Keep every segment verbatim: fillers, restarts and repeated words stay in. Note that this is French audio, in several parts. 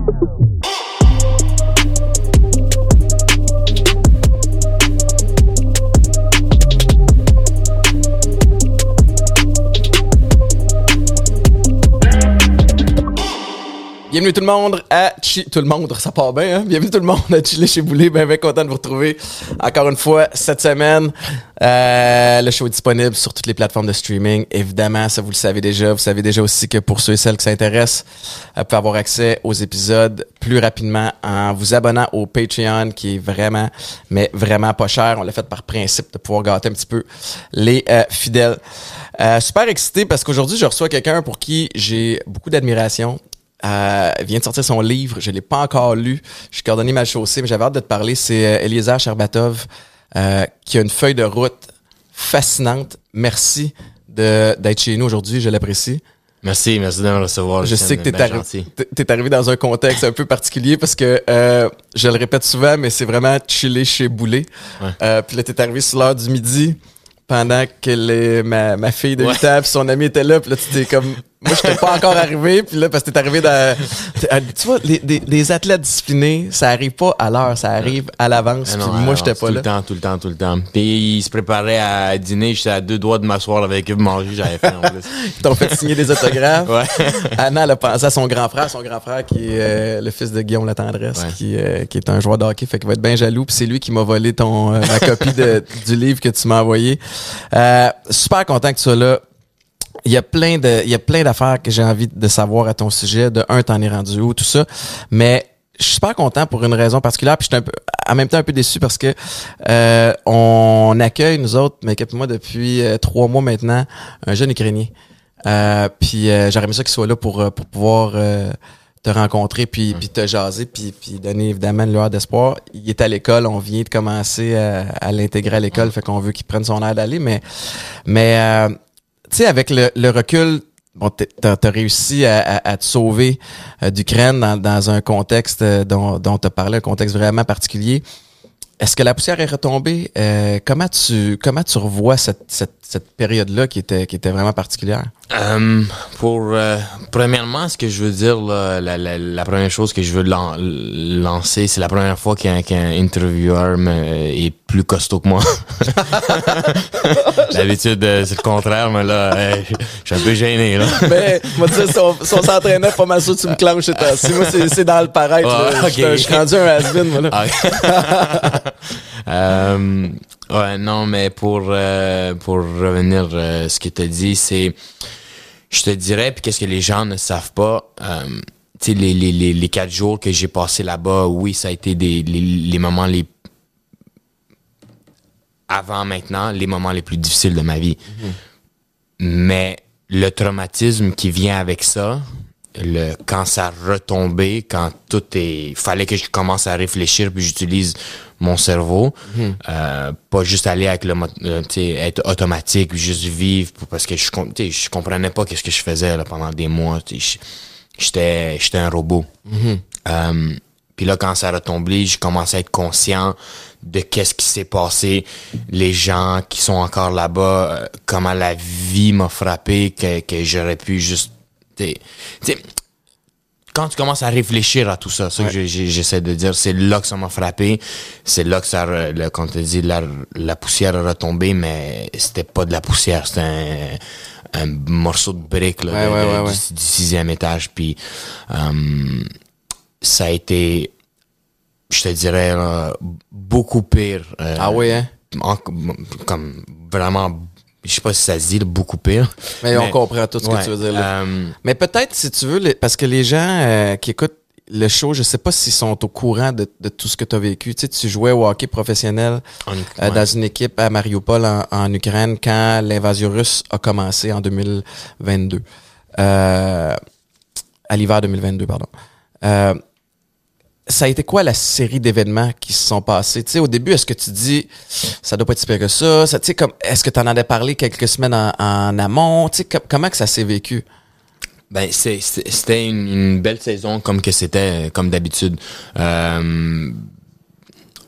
Bienvenue tout le monde à Chi... Tout le monde, ça part bien, hein? Bienvenue tout le monde à Chiller chez Boulay. Ben, ben content de vous retrouver encore une fois cette semaine. Euh, le show est disponible sur toutes les plateformes de streaming. Évidemment, ça vous le savez déjà. Vous savez déjà aussi que pour ceux et celles qui s'intéressent, vous pouvez avoir accès aux épisodes plus rapidement en vous abonnant au Patreon qui est vraiment, mais vraiment pas cher. On l'a fait par principe de pouvoir gâter un petit peu les euh, fidèles. Euh, super excité parce qu'aujourd'hui, je reçois quelqu'un pour qui j'ai beaucoup d'admiration. Euh, vient de sortir son livre, je l'ai pas encore lu. Je suis cordonnier mal chaussé, mais j'avais hâte de te parler. C'est euh, Eliezer Sherbatov euh, qui a une feuille de route fascinante. Merci de d'être chez nous aujourd'hui, je l'apprécie. Merci, merci de me recevoir. Je sais que t'es, arri- t'es arrivé dans un contexte un peu particulier parce que euh, je le répète souvent, mais c'est vraiment chiller chez Boulay. Ouais. Euh, puis là, t'es arrivé sur l'heure du midi pendant que les, ma, ma fille de huit ouais. ans puis son ami était là. Puis là, tu t'es comme... Moi, j'étais pas encore arrivé, puis là, parce que t'es arrivé dans... Tu vois, les, des, des athlètes disciplinés, ça arrive pas à l'heure, ça arrive à l'avance, puis moi, j'étais pas tout là. Tout le temps, tout le temps, tout le temps. Puis ils se préparaient à dîner, j'étais à deux doigts de m'asseoir avec eux, manger, j'avais faim en plus. Ils t'ont fait signer des autographes. Ouais. Anna, elle a pensé à son grand frère, son grand frère qui est euh, le fils de Guillaume Latendresse, ouais. qui, euh, qui est un joueur de hockey, fait qu'il va être bien jaloux, puis c'est lui qui m'a volé ton euh, ma copie de, du livre que tu m'as envoyé. Euh, super content que tu sois là. Il y a plein de, il y a plein d'affaires que j'ai envie de savoir à ton sujet. De un, t'en es rendu où, tout ça. Mais je suis super content pour une raison particulière. Puis je suis un peu, en même temps un peu déçu parce que euh, on accueille nous autres, mais moi depuis euh, trois mois maintenant, un jeune Ukrainien. Euh, puis euh, j'aurais aimé ça qu'il soit là pour pour pouvoir euh, te rencontrer puis, mmh. puis te jaser puis, puis donner évidemment une lueur d'espoir. Il est à l'école, on vient de commencer à, à l'intégrer à l'école, mmh. fait qu'on veut qu'il prenne son air d'aller. Mais mais euh, tu sais, avec le, le recul, bon, t'as, t'as réussi à, à, à te sauver euh, d'Ukraine dans, dans un contexte euh, dont, dont t'as parlé, un contexte vraiment particulier. Est-ce que la poussière est retombée? Euh, comment tu comment tu revois cette, cette, cette période-là qui était qui était vraiment particulière? Um, pour euh, premièrement, ce que je veux dire, là, la, la, la première chose que je veux lan- lancer, c'est la première fois qu'un, qu'un intervieweur me, est plus costaud que moi. D'habitude, euh, c'est le contraire, mais là, euh, je suis un peu gêné. Là. Mais moi, tu sais, si on, si on s'entraînait pas mal ça, tu me clenches et t'as. Si moi, c'est, c'est dans le paraître. Oh, okay. Je suis rendu un has-been, moi, là. euh, ouais, non, mais pour euh, pour revenir euh, ce que tu as dit, c'est, je te dirais, puis qu'est-ce que les gens ne savent pas, euh, tu sais, les, les les les quatre jours que j'ai passé là-bas, oui, ça a été des les, les moments les avant maintenant les moments les plus difficiles de ma vie, mm-hmm. mais le traumatisme qui vient avec ça. Le, quand ça retombait, quand tout est... Fallait que je commence à réfléchir puis j'utilise mon cerveau. Mm. Euh, pas juste aller avec le... Euh, tu sais, être automatique, juste vivre parce que je je comprenais pas qu'est-ce que je faisais là, pendant des mois. J'étais, j'étais un robot. Mm-hmm. Euh, puis là, quand ça a retombé, j'ai commencé à être conscient de qu'est-ce qui s'est passé, les gens qui sont encore là-bas, euh, comment la vie m'a frappé, que, que j'aurais pu juste... T'sais, t'sais, quand tu commences à réfléchir à tout ça, ça ouais. que j'ai, j'essaie de dire, c'est là que ça m'a frappé, c'est là que ça, le, quand tu dis la, la poussière a retombé, mais c'était pas de la poussière, c'était un, un morceau de brique là, ouais, de, ouais, de, ouais, du, ouais. du sixième étage, puis um, ça a été, je te dirais, euh, beaucoup pire. Euh, ah oui, hein? En, comme vraiment. Je sais pas si ça se dit, là, beaucoup pire. Mais, mais on comprend tout ce ouais, que tu veux dire. Là. Euh, mais peut-être, si tu veux, les, parce que les gens euh, qui écoutent le show, je sais pas s'ils sont au courant de, de tout ce que tu as vécu. Tu sais, tu jouais au hockey professionnel en, euh, ouais. dans une équipe à Mariupol en, en Ukraine quand l'invasion russe a commencé en deux mille vingt-deux. Euh, à l'hiver deux mille vingt-deux, pardon. Euh, ça a été quoi la série d'événements qui se sont passés? Tu sais, au début, est-ce que tu dis, ça doit pas être si pire que ça? ça tu sais, comme, est-ce que tu en avais parlé quelques semaines en, en amont? Tu sais, com- comment que ça s'est vécu? Ben, c'est, c'est, c'était une, une belle saison comme que c'était, comme d'habitude. Euh,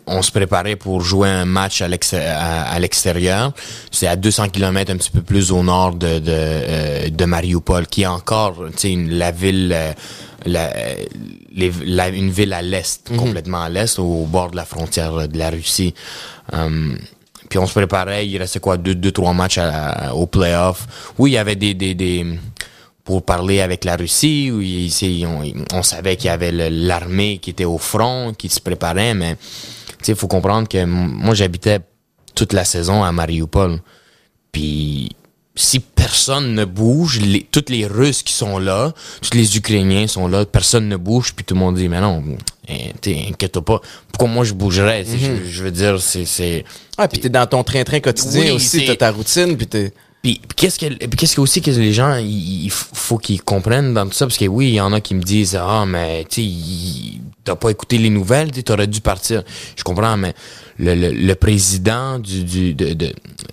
on se préparait pour jouer un match à, l'ex- à, à l'extérieur. C'est à deux cents kilomètres, un petit peu plus au nord de de, euh, de Mariupol, qui est encore, tu sais, une, la ville, euh, la, les, la, une ville à l'est, mm-hmm. complètement à l'est, au bord de la frontière de la Russie. Um, puis on se préparait, il restait quoi, deux, deux, trois matchs à, à, au playoff. Oui, il y avait des, des, des pour parler avec la Russie, où il, on, on savait qu'il y avait le, l'armée qui était au front, qui se préparait, mais tu sais, il faut comprendre que moi, j'habitais toute la saison à Mariupol. Puis si personne ne bouge, les, tous les Russes qui sont là, tous les Ukrainiens sont là, personne ne bouge, puis tout le monde dit, mais non, inquiète pas, pourquoi moi je bougerais? Mm-hmm. Je, je veux dire, c'est... c'est ah, puis t'es dans ton train-train quotidien oui, aussi, t'as ta routine, puis t'es... Puis, puis qu'est-ce que puis qu'est-ce que aussi que les gens il, il faut qu'ils comprennent dans tout ça, parce que oui, il y en a qui me disent ah mais tu sais t'as pas écouté les nouvelles, tu aurais dû partir. Je comprends, mais le le, le président du du de, de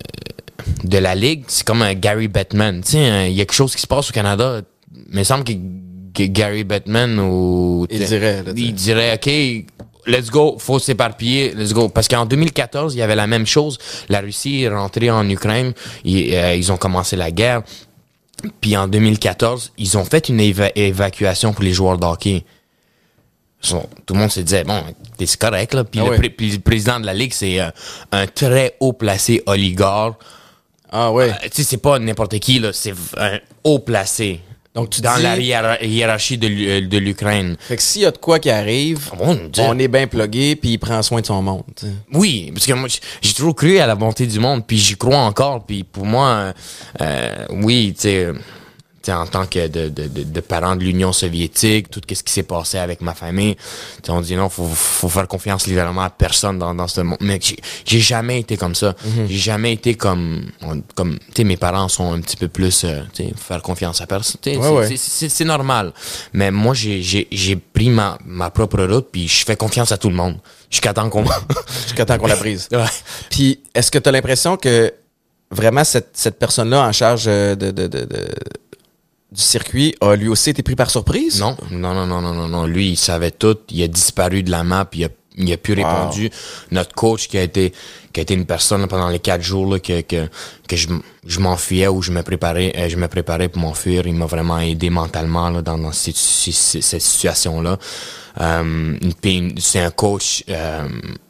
de la ligue, c'est comme un Gary Bettman. Tu sais, il y a quelque chose qui se passe au Canada, mais il semble que, que Gary Bettman ou il dirait là, il dirait OK, let's go, faut s'éparpiller, let's go. Parce qu'en deux mille quatorze, il y avait la même chose. La Russie est rentrée en Ukraine, ils, euh, ils ont commencé la guerre. Puis en deux mille quatorze, ils ont fait une éva- évacuation pour les joueurs de hockey. Sont, tout le monde se disait, bon, c'est correct, là. Puis, ah le, ouais. pré- puis le président de la Ligue, c'est euh, un très haut placé oligarque. Ah ouais. Euh, tu sais, c'est pas n'importe qui, là. C'est un haut placé. Donc, tu dans dis... la hiérar- hiérarchie de, de l'Ukraine. Fait que s'il y a de quoi qui arrive, oh, on est bien plugué, puis il prend soin de son monde. T'sais. Oui, parce que moi, j'ai toujours cru à la bonté du monde, puis j'y crois encore. Puis pour moi, euh, oui, tu sais, en tant que de, de, de, de parent de l'Union soviétique, tout ce qui s'est passé avec ma famille, on dit non, faut, faut faire confiance littéralement à personne dans, dans ce monde. Mais j'ai, j'ai jamais été comme ça. Mm-hmm. J'ai jamais été comme, comme tu sais, mes parents sont un petit peu plus, euh, tu sais, faire confiance à personne. Ouais, c'est, ouais. C'est, c'est, c'est normal. Mais moi, j'ai, j'ai, j'ai pris ma, ma propre route, puis je fais confiance à tout le monde. Jusqu'à temps qu'on, jusqu'à temps qu'on la brise. Ouais. Puis, est-ce que tu as l'impression que vraiment cette, cette personne-là en charge de, de, de, de du circuit a lui aussi été pris par surprise? Non, non, non, non, non, non, non. Lui, il savait tout. Il a disparu de la map. Il a, il a plus wow. répondu. Notre coach qui a été, qui a été une personne là, pendant les quatre jours là, que que que je, je m'enfuyais ou je me préparais, euh, je me préparais pour m'enfuir. Il m'a vraiment aidé mentalement là dans, dans cette, cette, cette situation-là. Euh, c'est un coach. Euh,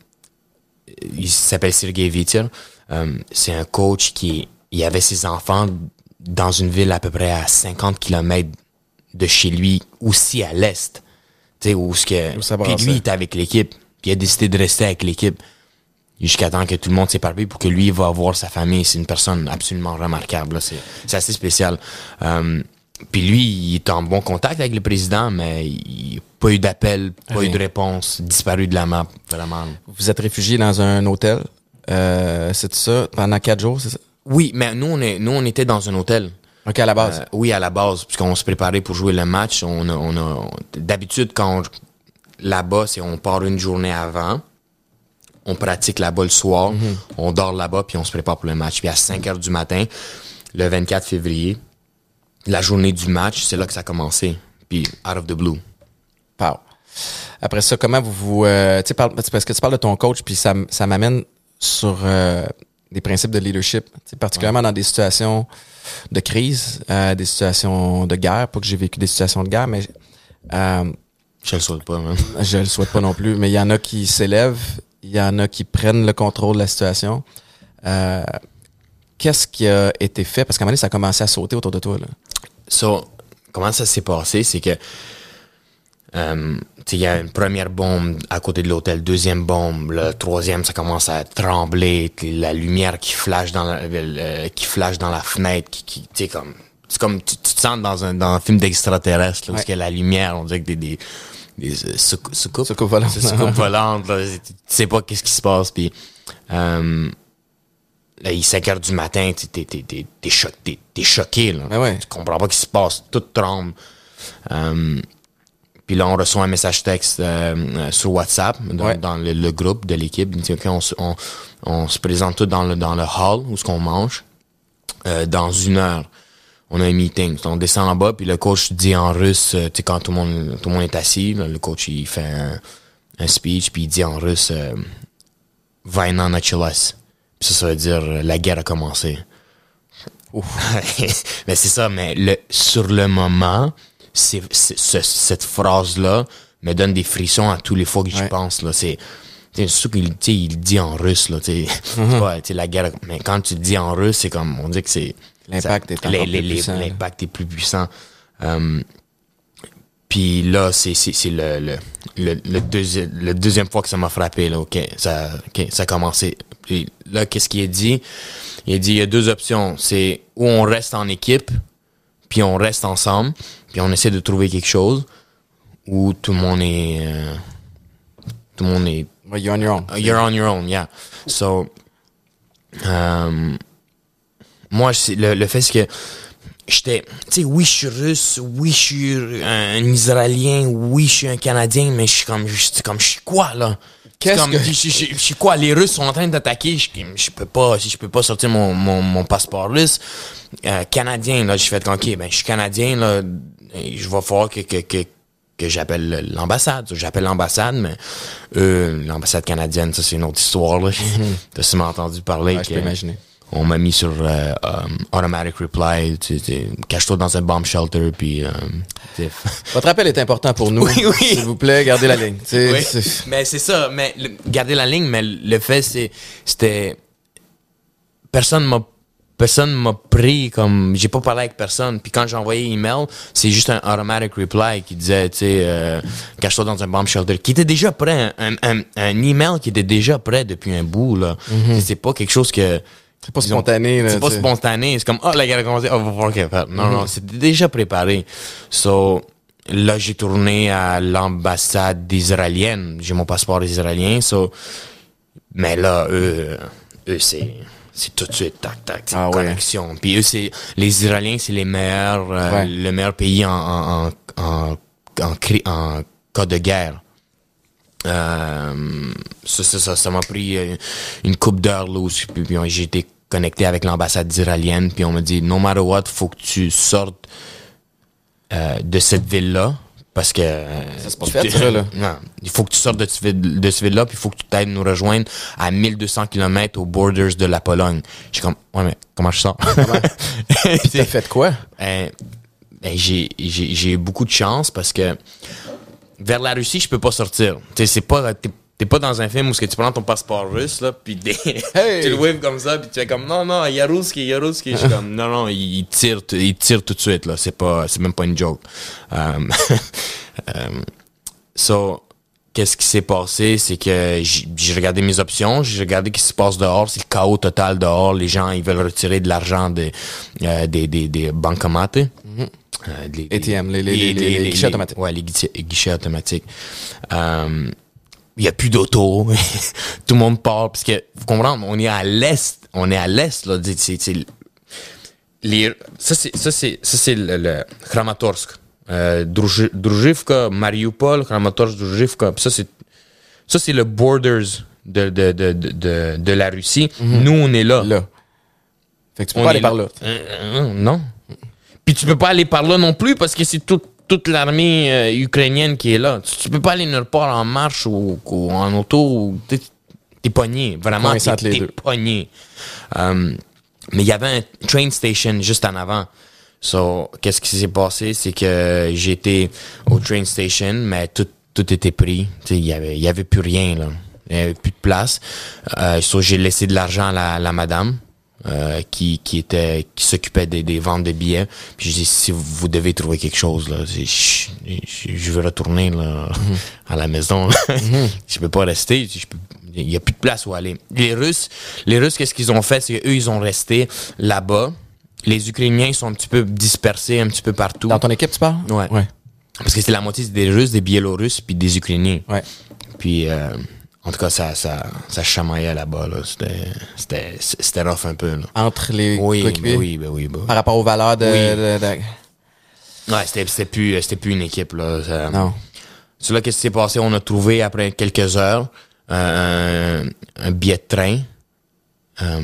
il s'appelle Sergei Vitir. Euh, c'est un coach qui il avait ses enfants dans une ville à peu près à cinquante kilomètres de chez lui, aussi à l'est. Tu sais, où ce que... Puis lui, il était avec l'équipe. Puis il a décidé de rester avec l'équipe jusqu'à temps que tout le monde s'éparpille pour que lui, il va voir sa famille. C'est une personne absolument remarquable. Là. C'est, c'est assez spécial. Euh, puis lui, il est en bon contact avec le président, mais il n'a pas eu d'appel, pas Rien. eu de réponse, disparu de la map, vraiment. Vous êtes réfugié dans un hôtel, euh, c'est ça, pendant quatre jours, c'est ça? Oui, mais nous, on est, nous, on était dans un hôtel. OK, à la base. Euh, oui, à la base, puisqu'on se préparait pour jouer le match. On a, on a, on, d'habitude, quand on, là-bas, c'est on part une journée avant. On pratique là-bas le soir. Mm-hmm. On dort là-bas, puis on se prépare pour le match. Puis à cinq heures du matin, le vingt-quatre février, la journée du match, c'est là que ça a commencé. Puis, out of the blue. Pow. Après ça, comment vous vous... Euh, tu sais, parce que tu parles de ton coach, puis ça, ça m'amène sur... Euh, des principes de leadership, particulièrement ouais. dans des situations de crise, euh, des situations de guerre. Pas que j'ai vécu des situations de guerre, mais... Euh, je le souhaite pas, même. Je le souhaite pas non plus, mais il y en a qui s'élèvent, il y en a qui prennent le contrôle de la situation. Euh, qu'est-ce qui a été fait? Parce qu'à un moment donné, ça a commencé à sauter autour de toi. Là. So, comment ça s'est passé? C'est que Euh, il y a une première bombe à côté de l'hôtel, deuxième bombe, le troisième, ça commence à trembler, la lumière qui flash dans la, euh, qui flash dans la fenêtre, qui, qui tu sais, comme, c'est comme, tu, tu te sens dans un, dans un film d'extraterrestre, là, ouais. Parce que la lumière, on dirait que des, des, des euh, soucoupes, soucoupes volantes, soucoupes volantes, là, tu sais pas qu'est-ce qui se passe, puis, euh, là, il est cinq heures du matin, t'es, t'es, t'es, t'es, t'es, cho- t'es, t'es choqué, là. Ouais, ouais. Tu comprends pas ce qui se passe, tout tremble, euh, puis là, on reçoit un message texte euh, sur WhatsApp, dans, ouais. dans le, le groupe de l'équipe. Il dit, OK, on, on, on se présente tous dans le, dans le hall où ce qu'on mange. Euh, dans une heure, on a un meeting. On descend en bas, puis le coach dit en russe, tu sais, quand tout le monde tout le monde est assis, là, le coach, il fait un, un speech, puis il dit en russe, euh, Vainan Achilas. Puis ça, ça veut dire euh, la guerre a commencé. Mais c'est ça, mais le, sur le moment, c'est, c'est, c'est, cette phrase-là me donne des frissons à tous les fois que j'y ouais. pense. Là. C'est, c'est sûr qu'il il dit en russe. Là, mm-hmm. ouais, la guerre, mais quand tu le dis en russe, c'est comme, on dit que c'est... L'impact ça, est encore les, plus les, puissant. L'impact est plus puissant. Um, Puis là, c'est, c'est, c'est le, le, le, le, deuxi- le deuxième fois que ça m'a frappé. Là, OK, ça, okay, ça a commencé. Puis là, qu'est-ce qu'il a dit? Il a dit, il y a deux options. C'est où on reste en équipe, puis on reste ensemble, puis on essaie de trouver quelque chose, ou tout le monde est... Euh, tout le monde est... Well, you're on your own. Uh, you're on your own, yeah. So, um, moi, le, le fait, c'est que j'étais, tu sais, oui, je suis russe, oui, je suis un, un Israélien, oui, je suis un Canadien, mais je suis comme, je, comme, je suis quoi, là? Qu'est-ce comme, que... Je, je, je, je suis quoi? Les Russes sont en train d'attaquer, je, je peux pas, si je peux pas sortir mon, mon, mon passeport russe, euh, Canadien, là, j'ai fait, OK, ben, je suis Canadien, là, je vais falloir que, que, que, que j'appelle l'ambassade. J'appelle l'ambassade, mais euh, l'ambassade canadienne, ça, c'est une autre histoire, là. T'as sûrement entendu parler. Ouais, que, je peux imaginer. On m'a mis sur euh, um, automatic reply, tu sais, cache-toi dans un bomb shelter, puis... Euh, Votre appel est important pour nous. Oui, oui. S'il vous plaît, gardez la ligne. Oui. C'est... Mais c'est ça, mais le, garder la ligne, mais le fait, c'est, c'était... Personne m'a personne m'a pris comme... J'ai pas parlé avec personne, puis quand j'ai envoyé email, c'est juste un automatic reply qui disait, tu sais, euh, cache-toi dans un bomb shelter, qui était déjà prêt, un, un, un email qui était déjà prêt depuis un bout, là. Mm-hmm. C'est pas quelque chose que... C'est pas spontané. Là, c'est pas t'sais. spontané. C'est comme, oh, la guerre a commencé. Oh, va falloir qu'elle fasse. Non, mm-hmm. non, c'était déjà préparé. So, là, j'ai tourné à l'ambassade israélienne. J'ai mon passeport israélien. So, mais là, eux, eux, c'est, c'est tout de suite, tac, tac, c'est ah, connexion. Ouais. Puis eux, c'est, les Israéliens, c'est les meilleurs, euh, ouais. le meilleur pays en, en, en, en, en, cri, en cas de guerre. Euh, ça, ça, ça, ça m'a pris une couple d'heures, là, où puis, puis j'ai été connecté avec l'ambassade israélienne, puis on m'a dit, no matter what, faut que tu sortes euh, de cette ville-là, parce que... Euh, ça se passe fait, ça, là. Non, il faut que tu sortes de, de cette ville-là, puis il faut que tu t'aides nous rejoindre à mille deux cents kilomètres aux borders de la Pologne. J'ai comme, ouais, mais comment je sors? Puis t'as fait quoi? Euh, ben, j'ai, j'ai, j'ai eu beaucoup de chance, parce que vers la Russie, je peux pas sortir. Tu sais, c'est pas... T'es, T'es pas dans un film où ce que tu prends ton passeport russe, là, pis des... hey! Tu le waves comme ça, pis tu fais comme, non, non, il y a Ruski, il y a Ruski. Je suis comme, non, non, il, il tire, il tire tout de suite, là. C'est pas, c'est même pas une joke. Um, um, so, qu'est-ce qui s'est passé? C'est que j'ai, j'ai regardé mes options, j'ai regardé ce qui se passe dehors, c'est le chaos total dehors. Les gens, ils veulent retirer de l'argent de, euh, des, des, des bancomates. Mm-hmm. Euh, les, A T M, les, les, les, les, les, les guichets automatiques. Ouais, les guichets, guichets automatiques. Um, il y a plus d'auto, tout le monde part, parce que, vous comprenez, on est à l'est, on est à l'est, là, c'est, c'est, les, ça c'est, ça c'est, ça c'est le, le Kramatorsk, euh, Druzhivka, Mariupol, Kramatorsk, Druzhivka, ça c'est, ça c'est le borders de, de, de, de, de, de la Russie. Mm-hmm. Nous, on est là. Là. Fait que tu peux on pas aller par là. Euh, euh, non. Puis tu peux pas aller par là non plus, parce que c'est tout, toute l'armée euh, ukrainienne qui est là. Tu, tu peux pas aller nulle part en marche ou, ou en auto. Ou, t'es, t'es pogné. Vraiment, ouais, t'es, t'es pogné. Um, mais il y avait un train station juste en avant. So, qu'est-ce qui s'est passé? C'est que j'étais au train station, mais tout, tout était pris. Il y avait, y avait plus rien, là. Il y avait plus de place. Euh, so, j'ai laissé de l'argent à la, la madame. Euh, qui qui était qui s'occupait des, des ventes de billets, puis je dis, si vous devez trouver quelque chose là, je, je, je veux retourner là mm-hmm. à la maison. Mm-hmm. Je peux pas rester, je peux, il y a plus de place où aller. Les Russes, les Russes qu'est-ce qu'ils ont fait, c'est qu'eux ils ont resté là-bas. Les Ukrainiens sont un petit peu dispersés un petit peu partout. Dans ton équipe tu parles? Ouais. Ouais. Parce que c'est la moitié des Russes, des Biélorusses puis des Ukrainiens. Ouais. Puis euh, en tout cas, ça, ça, ça chamaillait là-bas, là. C'était, c'était, c'était rough un peu, là. Entre les oui, coéquipiers? Ben oui, ben oui, ben oui. Par rapport aux valeurs de... Oui. de, de... Ouais, c'était, c'était plus, c'était plus une équipe, là. Ça, non. C'est là, qu'est-ce qui s'est passé? On a trouvé, après quelques heures, euh, un, un billet de train, euh,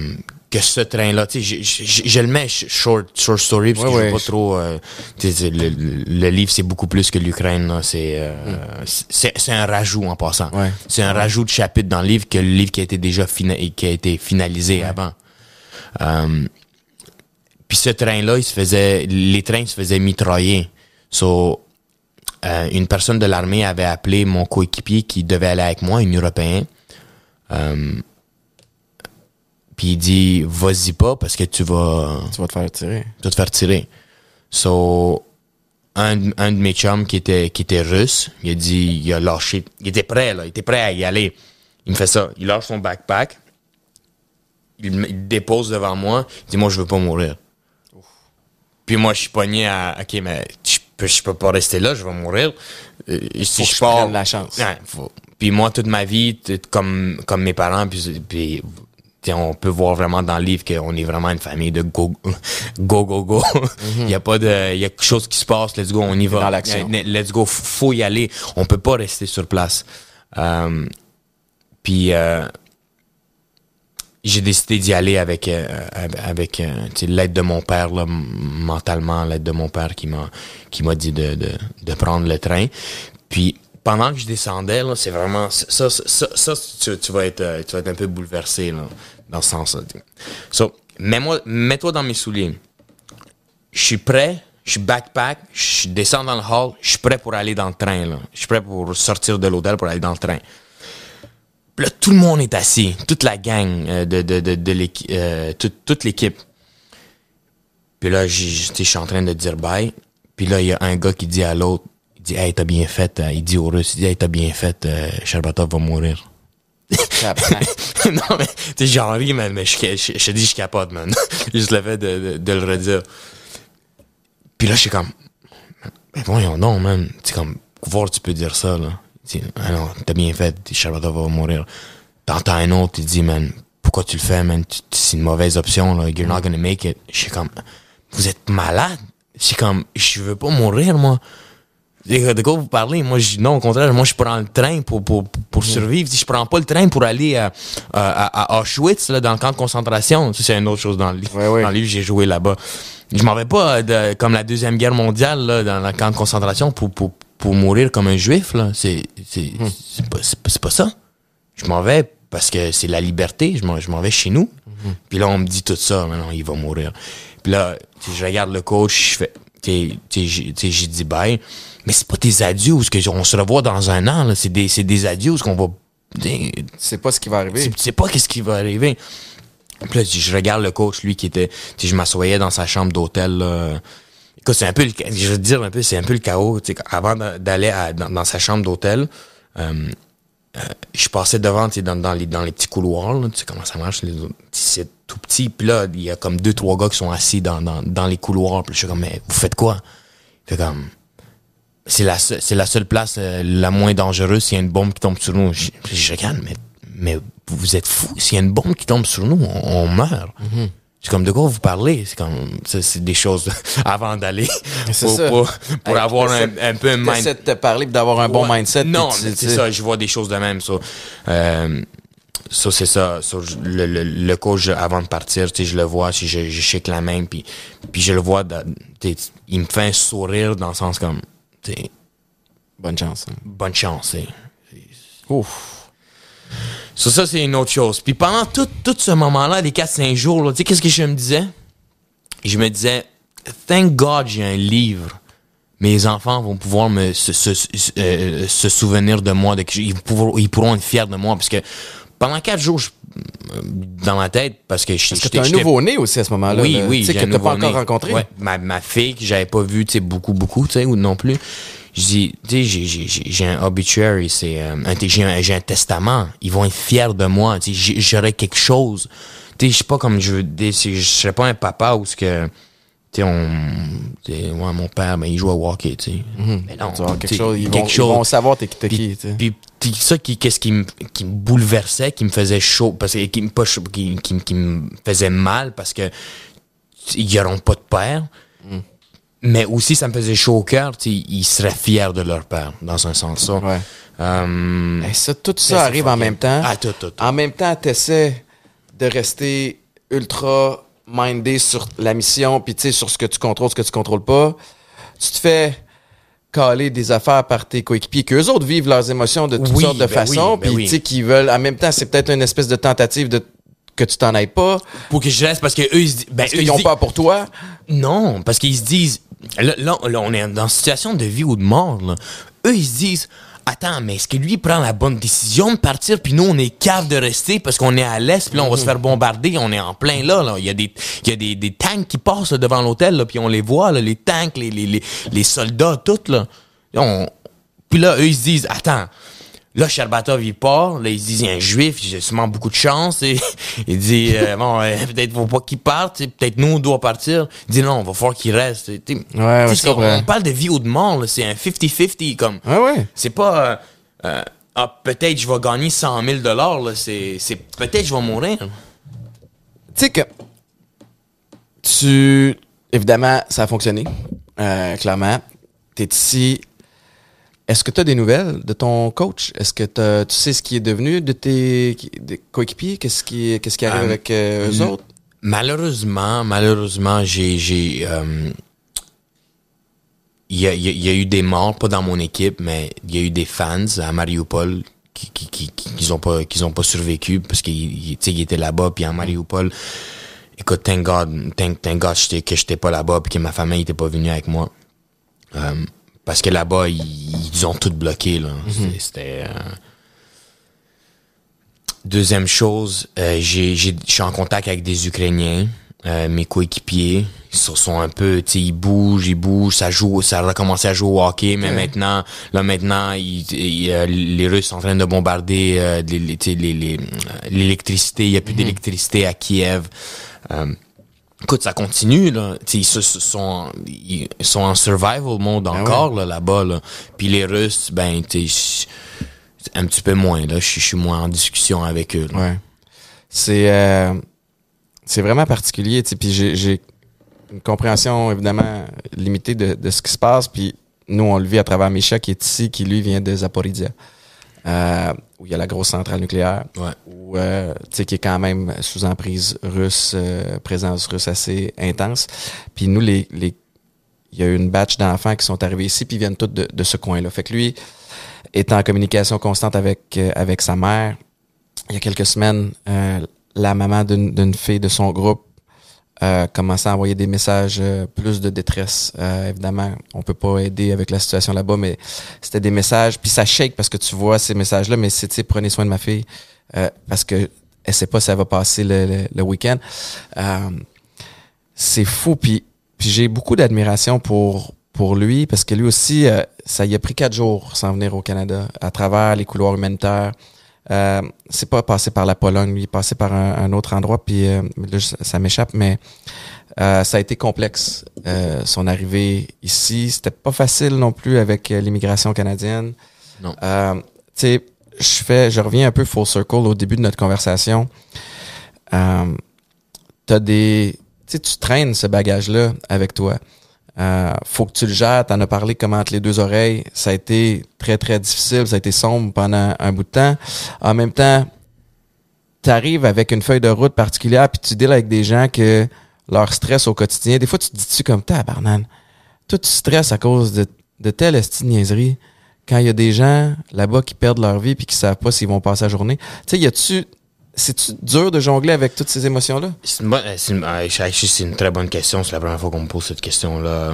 que ce train-là, tu sais, je, je, je le mets short, short story parce ouais, que ouais, je veux pas je... trop. Euh, le, le, le livre, c'est beaucoup plus que l'Ukraine. Là, c'est, euh, mm. c'est, c'est un rajout en passant. Ouais. C'est un ouais. rajout de chapitre dans le livre que le livre qui a été déjà fina- qui a été finalisé ouais. avant. Euh, Puis ce train-là, il se faisait, les trains se faisaient mitrailler. So, euh, une personne de l'armée avait appelé mon coéquipier qui devait aller avec moi, un Européen. Euh, Puis il dit, vas-y pas parce que tu vas... Tu vas te faire tirer. Tu vas te faire tirer. So, un, un de mes chums qui était, qui était russe, il a dit, il a lâché, il était prêt, là, il était prêt à y aller. Il me fait ça. Il lâche son backpack, il me il dépose devant moi, il dit, moi, je veux pas mourir. Ouf. Puis moi, je suis pogné à, OK, mais je peux, je peux pas rester là, je vais mourir. Euh, si je, je pars... la chance. Ouais, faut. Puis moi, toute ma vie, comme, comme mes parents, puis... puis T'sais, on peut voir vraiment dans le livre qu'on est vraiment une famille de go, go, go, go. Il mm-hmm. y a pas de, il y a quelque chose qui se passe, let's go, on y va. Dans l'action. Let's go, faut y aller. On peut pas rester sur place. Euh, puis, euh, j'ai décidé d'y aller avec, euh, avec, euh, l'aide de mon père, là, mentalement, l'aide de mon père qui m'a, qui m'a dit de, de, de prendre le train. Puis, pendant que je descendais, là, c'est vraiment ça, ça, ça, ça tu, tu vas être, tu vas être un peu bouleversé là, dans ce sens-là. So, mets-moi, mets-toi dans mes souliers. Je suis prêt, je suis backpack, je descends dans le hall, je suis prêt pour aller dans le train là. Je suis prêt pour sortir de l'hôtel pour aller dans le train. Puis là, tout le monde est assis, toute la gang euh, de de de, de l'équipe, euh, toute, toute l'équipe. Puis là, je suis en train de dire bye. Puis là, il y a un gars qui dit à l'autre. Il dit, hey, t'as bien fait, euh, il dit au Russe, il dit, hey, t'as bien fait, euh, Sherbatov va mourir. Non, mais, tu sais, j'en ris, man, mais je, je, je te dis, je capote, man. Juste le fait de, de, de le redire. Puis là, je suis comme, mais voyons non, man. Tu sais, comme, voir, tu peux dire ça, là. Tu dis, ah non, t'as bien fait, Sherbatov va mourir. T'entends un autre, il dit, man, pourquoi tu le fais, man? Tu, c'est une mauvaise option, là. You're not gonna make it. Je suis comme, vous êtes malade? Je suis comme, je veux pas mourir, moi. De quoi vous parlez? Moi, je, non, au contraire, moi, je prends le train pour, pour, pour mmh. survivre. Si je prends pas le train pour aller à, à, à Auschwitz, là, dans le camp de concentration. Ça, c'est une autre chose dans le livre. Ouais, ouais. Dans le livre, j'ai joué là-bas. Je m'en vais pas de, comme la Deuxième Guerre mondiale, là, dans le camp de concentration pour, pour, pour mourir comme un juif, là. C'est, c'est, mmh. c'est, pas, c'est, c'est pas ça. Je m'en vais parce que c'est la liberté. Je m'en, je m'en vais chez nous. Mmh. Puis là, on me dit tout ça. Mais non, il va mourir. Puis là, je regarde le coach, je fais, tu sais, j'ai dit bye. Mais c'est pas des adieux où on se revoit dans un an, là. C'est des, c'est des adieux où qu'on va. C'est pas ce qui va arriver. C'est, c'est pas qu'est-ce qui va arriver. Puis là, je regarde le coach, lui, qui était. Tu sais, je m'assoyais dans sa chambre d'hôtel, là. Écoute, c'est un peu le, je veux te dire un peu, c'est un peu le chaos. Tu sais, avant d'aller à, dans, dans sa chambre d'hôtel, euh, euh, je passais devant, tu sais, dans, dans les, dans les petits couloirs, là. Tu sais comment ça marche, les autres. C'est tout petit. Puis là, il y a comme deux, trois gars qui sont assis dans, dans, dans les couloirs. Puis je suis comme, mais vous faites quoi? Fait comme. C'est la, c'est la seule place euh, la moins dangereuse s'il y a une bombe qui tombe sur nous. Je, je regarde, mais, mais vous êtes fous. S'il y a une bombe qui tombe sur nous, on, on meurt. Mm-hmm. C'est comme de quoi vous parlez. C'est comme ça, c'est des choses avant d'aller c'est pour, ça. pour, pour hey, avoir un, un peu un mindset. de te parler et d'avoir un bon ouais. mindset. Non, tu, mais c'est tu... ça. Je vois des choses de même. Ça, euh, ça c'est ça. ça le, le, le coach avant de partir, tu sais, je le vois, je, je, je shake la main, puis puis je le vois. Il me fait un sourire dans le sens comme. T'sais, bonne chance. Hein. Bonne chance. Hein. Ouf. So, ça, c'est une autre chose. Puis pendant tout, tout ce moment-là, les quatre cinq jours, tu sais, qu'est-ce que je me disais? Je me disais, thank God, j'ai un livre. Mes enfants vont pouvoir me se, se, se, euh, se souvenir de moi. De, ils, pourront, ils pourront être fiers de moi. Parce que pendant quatre jours, je, dans ma tête, parce que je Parce que t'as un nouveau-né aussi à ce moment-là. Oui, là, oui. Tu sais, que t'as pas encore rencontré. Ouais, ma, ma fille, que j'avais pas vue, tu sais, beaucoup, beaucoup, tu sais, ou non plus. Je dis, tu sais, j'ai, j'ai, j'ai un obituary, c'est, euh, un, j'ai, un, j'ai un testament. Ils vont être fiers de moi, tu sais, j'aurai quelque chose. Tu sais, je sais pas comme je veux, je serais pas un papa où ce que, tu sais, on, t'sais, ouais, mon père, ben, il joue au hockey, tu sais. Mm-hmm. Mais non, tu vois, quelque chose, ils vont, quelque chose, ils vont savoir t'es, t'es qui, tu sais. Puis, puis ça, qui, qu'est-ce qui me, qui me bouleversait, qui me faisait chaud, parce que, qui me, pas chaud, qui, qui, qui me faisait mal, parce que, ils n'auront pas de père. Mm. Mais aussi, ça me faisait chaud au cœur, tu sais, ils seraient fiers de leur père, dans un sens, ça. Ouais. Um, Et ça, tout ça arrive en même temps. Ah, tout, tout, tout. En même temps, t'essaies de rester ultra mindé sur la mission, puis tu sais, sur ce que tu contrôles, ce que tu contrôles pas, tu te fais caler des affaires par tes coéquipiers, qu'eux autres vivent leurs émotions de toutes oui, sortes de ben façons, oui, ben puis oui. tu sais, qu'ils veulent, en même temps, c'est peut-être une espèce de tentative de que tu t'en ailles pas. Pour que je reste, parce que eux, ils se disent... Ben, Parce eux, qu'ils ils ont se peur pour toi. Non, parce qu'ils se disent... Là, là, là, on est dans une situation de vie ou de mort, là. Eux, ils se disent... Attends, mais est-ce que lui prend la bonne décision de partir, puis nous, on est cave de rester parce qu'on est à l'est, puis là, on va se faire bombarder, on est en plein là, là. Il y a des, il y a des, des tanks qui passent là, devant l'hôtel, là, puis on les voit, là, les tanks, les, les, les, les soldats, tout, là. On... Puis là, eux, ils se disent, attends, là, Sherbatov, il part, là, ils se disent, il y a un juif, j'ai sûrement beaucoup de chance, et il dit, euh, bon, euh, peut-être faut pas qu'il parte, peut-être nous, on doit partir. Il dit, non, on va falloir qu'il reste. Ouais, ouais, je comprends. On parle de vie ou de mort, là, c'est un cinquante cinquante, comme. Ouais, ouais. C'est pas, euh, euh, ah, peut-être je vais gagner cent mille dollars, là, c'est, c'est peut-être je vais mourir. Tu sais que, tu, évidemment, ça a fonctionné, euh, clairement. T'es ici. Est-ce que tu as des nouvelles de ton coach? Est-ce que t'as, tu sais ce qui est devenu de tes des coéquipiers? Qu'est-ce qui, qu'est-ce qui arrive um, avec euh, eux autres? Malheureusement, malheureusement, j'ai... j'ai euh, il y a, y, a, y a eu des morts, pas dans mon équipe, mais il y a eu des fans à Mariupol qui qui qui qui ont pas qui ont pas survécu parce qu'ils ils étaient là-bas, puis à Mariupol, écoute, thank God, thank, thank God j'étais, que j'étais pas là-bas, puis que ma famille était pas venue avec moi. Um, Parce que là-bas, ils, ils ont tout bloqué, là. Mm-hmm. C'était... Euh... Deuxième chose, euh, j'ai, j'ai, je suis en contact avec des Ukrainiens, euh, mes coéquipiers. Ils sont un peu, tu sais, ils bougent, ils bougent, ça joue, ça a recommencé à jouer au hockey, mais ouais. maintenant, là, maintenant, ils, ils, euh, les Russes sont en train de bombarder euh, les, les, les, les, l'électricité. Il n'y a plus mm-hmm. d'électricité à Kiev. Euh, Écoute, ça continue, là. T'sais, ils se, sont, ils sont en survival mode encore, ah ouais. là, là-bas, là. Puis les Russes, ben, t'es, un petit peu moins, là. Je suis moins en discussion avec eux, là. Ouais. C'est, euh, c'est vraiment particulier, tu sais. Puis j'ai, j'ai une compréhension, évidemment, limitée de, de ce qui se passe. Puis nous, on le vit à travers Misha, qui est ici, qui, lui, vient de Zaporizhia. Euh, où il y a la grosse centrale nucléaire, ouais. où, euh, tu sais, qui est quand même sous emprise russe, euh, présence russe assez intense. Puis nous, les, les, il y a eu une batch d'enfants qui sont arrivés ici, puis ils viennent tous de, de ce coin-là. Fait que lui est en communication constante avec, euh, avec sa mère. Il y a quelques semaines, euh, la maman d'une, d'une fille de son groupe Euh, commencer à envoyer des messages euh, plus de détresse. Euh, évidemment, on peut pas aider avec la situation là-bas, mais c'était des messages. Puis ça shake parce que tu vois ces messages-là, mais c'est, tu sais, prenez soin de ma fille euh, parce que elle sait pas si elle va passer le, le, le week-end. Euh, c'est fou. Puis, puis j'ai beaucoup d'admiration pour pour lui parce que lui aussi, euh, ça y a pris quatre jours sans venir au Canada à travers les couloirs humanitaires. Euh, c'est pas passé par la Pologne, lui, il est passé par un, un autre endroit, puis euh, là, ça, ça m'échappe, mais euh, ça a été complexe. Euh, son arrivée ici, c'était pas facile non plus avec l'immigration canadienne. Non. Euh, tu sais, je fais, je reviens un peu full circle au début de notre conversation. Euh, t'as des, tu sais, tu traînes ce bagage-là avec toi. Euh, faut que tu le gères, t'en as parlé comme entre les deux oreilles, ça a été très très difficile, ça a été sombre pendant un bout de temps. En même temps, t'arrives avec une feuille de route particulière puis tu deals avec des gens que leur stress au quotidien, des fois tu te dis-tu comme tabarnane, toi tu stresses à cause de, de telle esti de niaiserie quand il y a des gens là-bas qui perdent leur vie puis qui savent pas s'ils vont passer la journée. Tu sais, y a-tu C'est-tu dur de jongler avec toutes ces émotions-là? C'est une, bonne, c'est, une, c'est une très bonne question. C'est la première fois qu'on me pose cette question-là.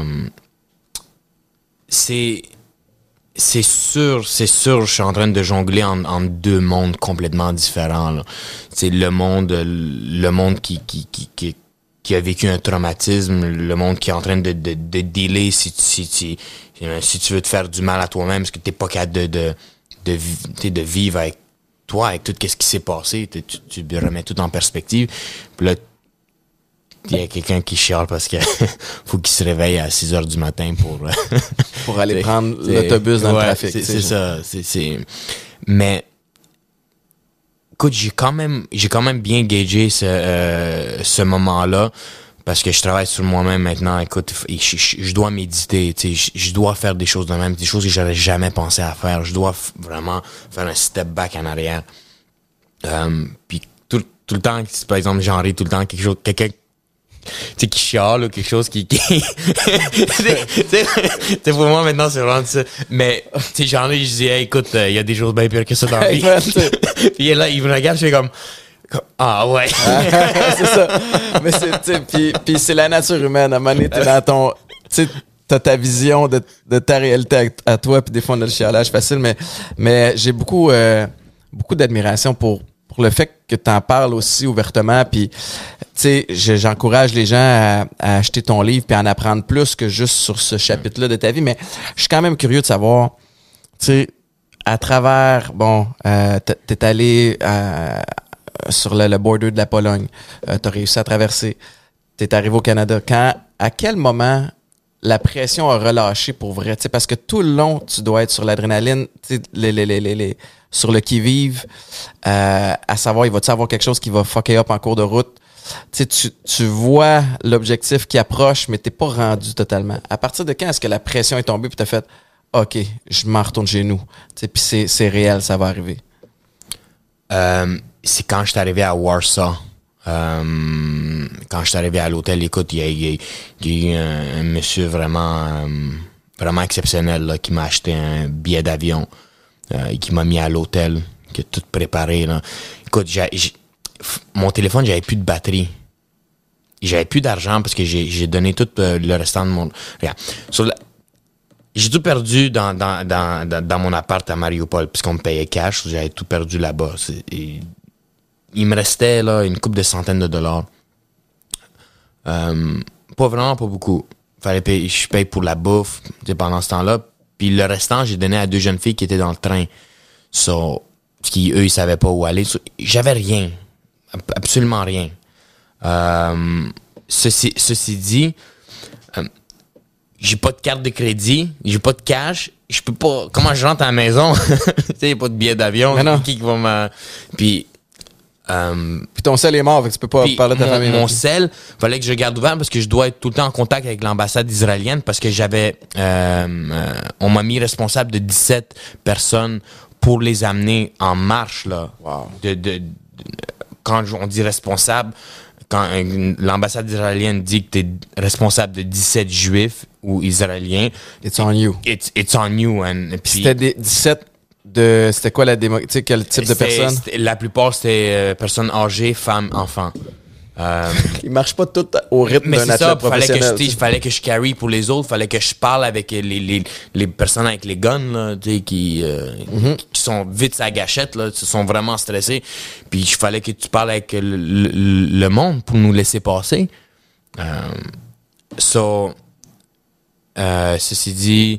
C'est, c'est sûr, c'est sûr, je suis en train de jongler en, en deux mondes complètement différents, là. C'est le monde, le monde qui, qui, qui, qui, qui a vécu un traumatisme, le monde qui est en train de, de, de dealer si, si, si, si tu veux te faire du mal à toi-même, parce que t'es pas capable de, de, de, de, de vivre avec toi, avec tout ce qui s'est passé, tu, tu, tu remets tout en perspective. Puis là, il y a quelqu'un qui chiale parce que faut qu'il se réveille à six heures du matin pour... pour aller prendre l'autobus dans ouais, le trafic. C'est, c'est ça. C'est, c'est... Mais, écoute, j'ai quand même, j'ai quand même bien gagé ce, euh, ce moment-là parce que je travaille sur moi-même maintenant. Écoute, je, je, je dois méditer, tu sais, je, je dois faire des choses de même, des choses que j'aurais jamais pensé à faire. Je dois f- vraiment faire un step back en arrière. Um, puis tout, tout le temps, par exemple, genre tout le temps quelque chose, quelqu'un, tu sais, qui chiale ou quelque chose qui, qui... tu sais, pour moi, maintenant, c'est vraiment ça. Mais, tu sais, genre, je dis, hey, écoute, il euh, y a des choses bien pires que ça dans la vie. Puis là, il me regarde, je fais comme, ah ouais. C'est ça. Mais c'est, puis, puis c'est la nature humaine. À un moment donné, t'es dans ton, tu sais, t'as ta vision de, de ta réalité à, à toi, puis des fois on a le chialage facile, mais, mais j'ai beaucoup, euh, beaucoup d'admiration pour, pour le fait que t'en parles aussi ouvertement, puis tu sais, j'encourage les gens à, à acheter ton livre puis à en apprendre plus que juste sur ce chapitre-là de ta vie, mais je suis quand même curieux de savoir, tu sais, à travers, bon, euh, t'es allé euh, sur le, le border de la Pologne, euh, t'as réussi à traverser, t'es arrivé au Canada. Quand, à quel moment la pression a relâché pour vrai? T'sais, parce que tout le long, tu dois être sur l'adrénaline, les, les, les, les, les, sur le qui-vive, euh, à savoir, il va-tu avoir quelque chose qui va fucker up en cours de route? T'sais, tu, tu vois l'objectif qui approche, mais t'es pas rendu totalement. À partir de quand est-ce que la pression est tombée puis t'as fait « OK, je m'en retourne chez nous ». Puis c'est, c'est réel, ça va arriver. Euh, c'est quand je suis arrivé à Warsaw. Euh, quand je suis arrivé à l'hôtel, écoute, il y a, il y a, il y a eu un, un monsieur vraiment, euh, vraiment exceptionnel là, qui m'a acheté un billet d'avion euh, et qui m'a mis à l'hôtel, qui a tout préparé. Là. Écoute, j'ai, j'ai, mon téléphone, j'avais plus de batterie. J'avais plus d'argent parce que j'ai, j'ai donné tout euh, le restant de mon... Regarde, sur la, j'ai tout perdu dans, dans, dans, dans, dans mon appart à Mariupol puisqu'on me payait cash. J'avais tout perdu là-bas. C'est, et, il me restait là une couple de centaines de dollars. Euh, pas vraiment, pas beaucoup. Fallait payer, je paye pour la bouffe pendant ce temps-là. Puis le restant, j'ai donné à deux jeunes filles qui étaient dans le train. So, parce qu'eux, ils savaient pas où aller. So, j'avais rien. Absolument rien. Euh, ceci, ceci dit, euh, j'ai pas de carte de crédit, j'ai pas de cash. Je peux pas... Comment je rentre à la maison? Tu sais, pas de billet d'avion. Qui va me... Puis... Euh, puis ton sel est mort, fait que tu peux pas parler de ta mon, famille. Mon sel, fallait que je le garde ouvert parce que je dois être tout le temps en contact avec l'ambassade israélienne parce que j'avais, euh, euh, on m'a mis responsable de dix-sept personnes pour les amener en marche là. Wow. De, de, de, quand on dit responsable, quand une, l'ambassade israélienne dit que t'es responsable de dix-sept juifs ou israéliens, it's on you. It's, it's on you. And, puis, c'était des dix-sept de, c'était quoi la démo, tu sais, quel type de personnes? La plupart, c'était euh, personnes âgées, femmes, enfants. Euh, Ils marchent pas tous au rythme d'un athlète professionnel. Fallait que, je, fallait que je carry pour les autres, fallait que je parle avec les, les, les personnes avec les guns, là, tu sais, qui, euh, mm-hmm. qui sont vite à gâchette, là, qui sont vraiment stressés. Puis il fallait que tu parles avec le, le, le monde pour nous laisser passer. Euh, so, euh, ceci dit,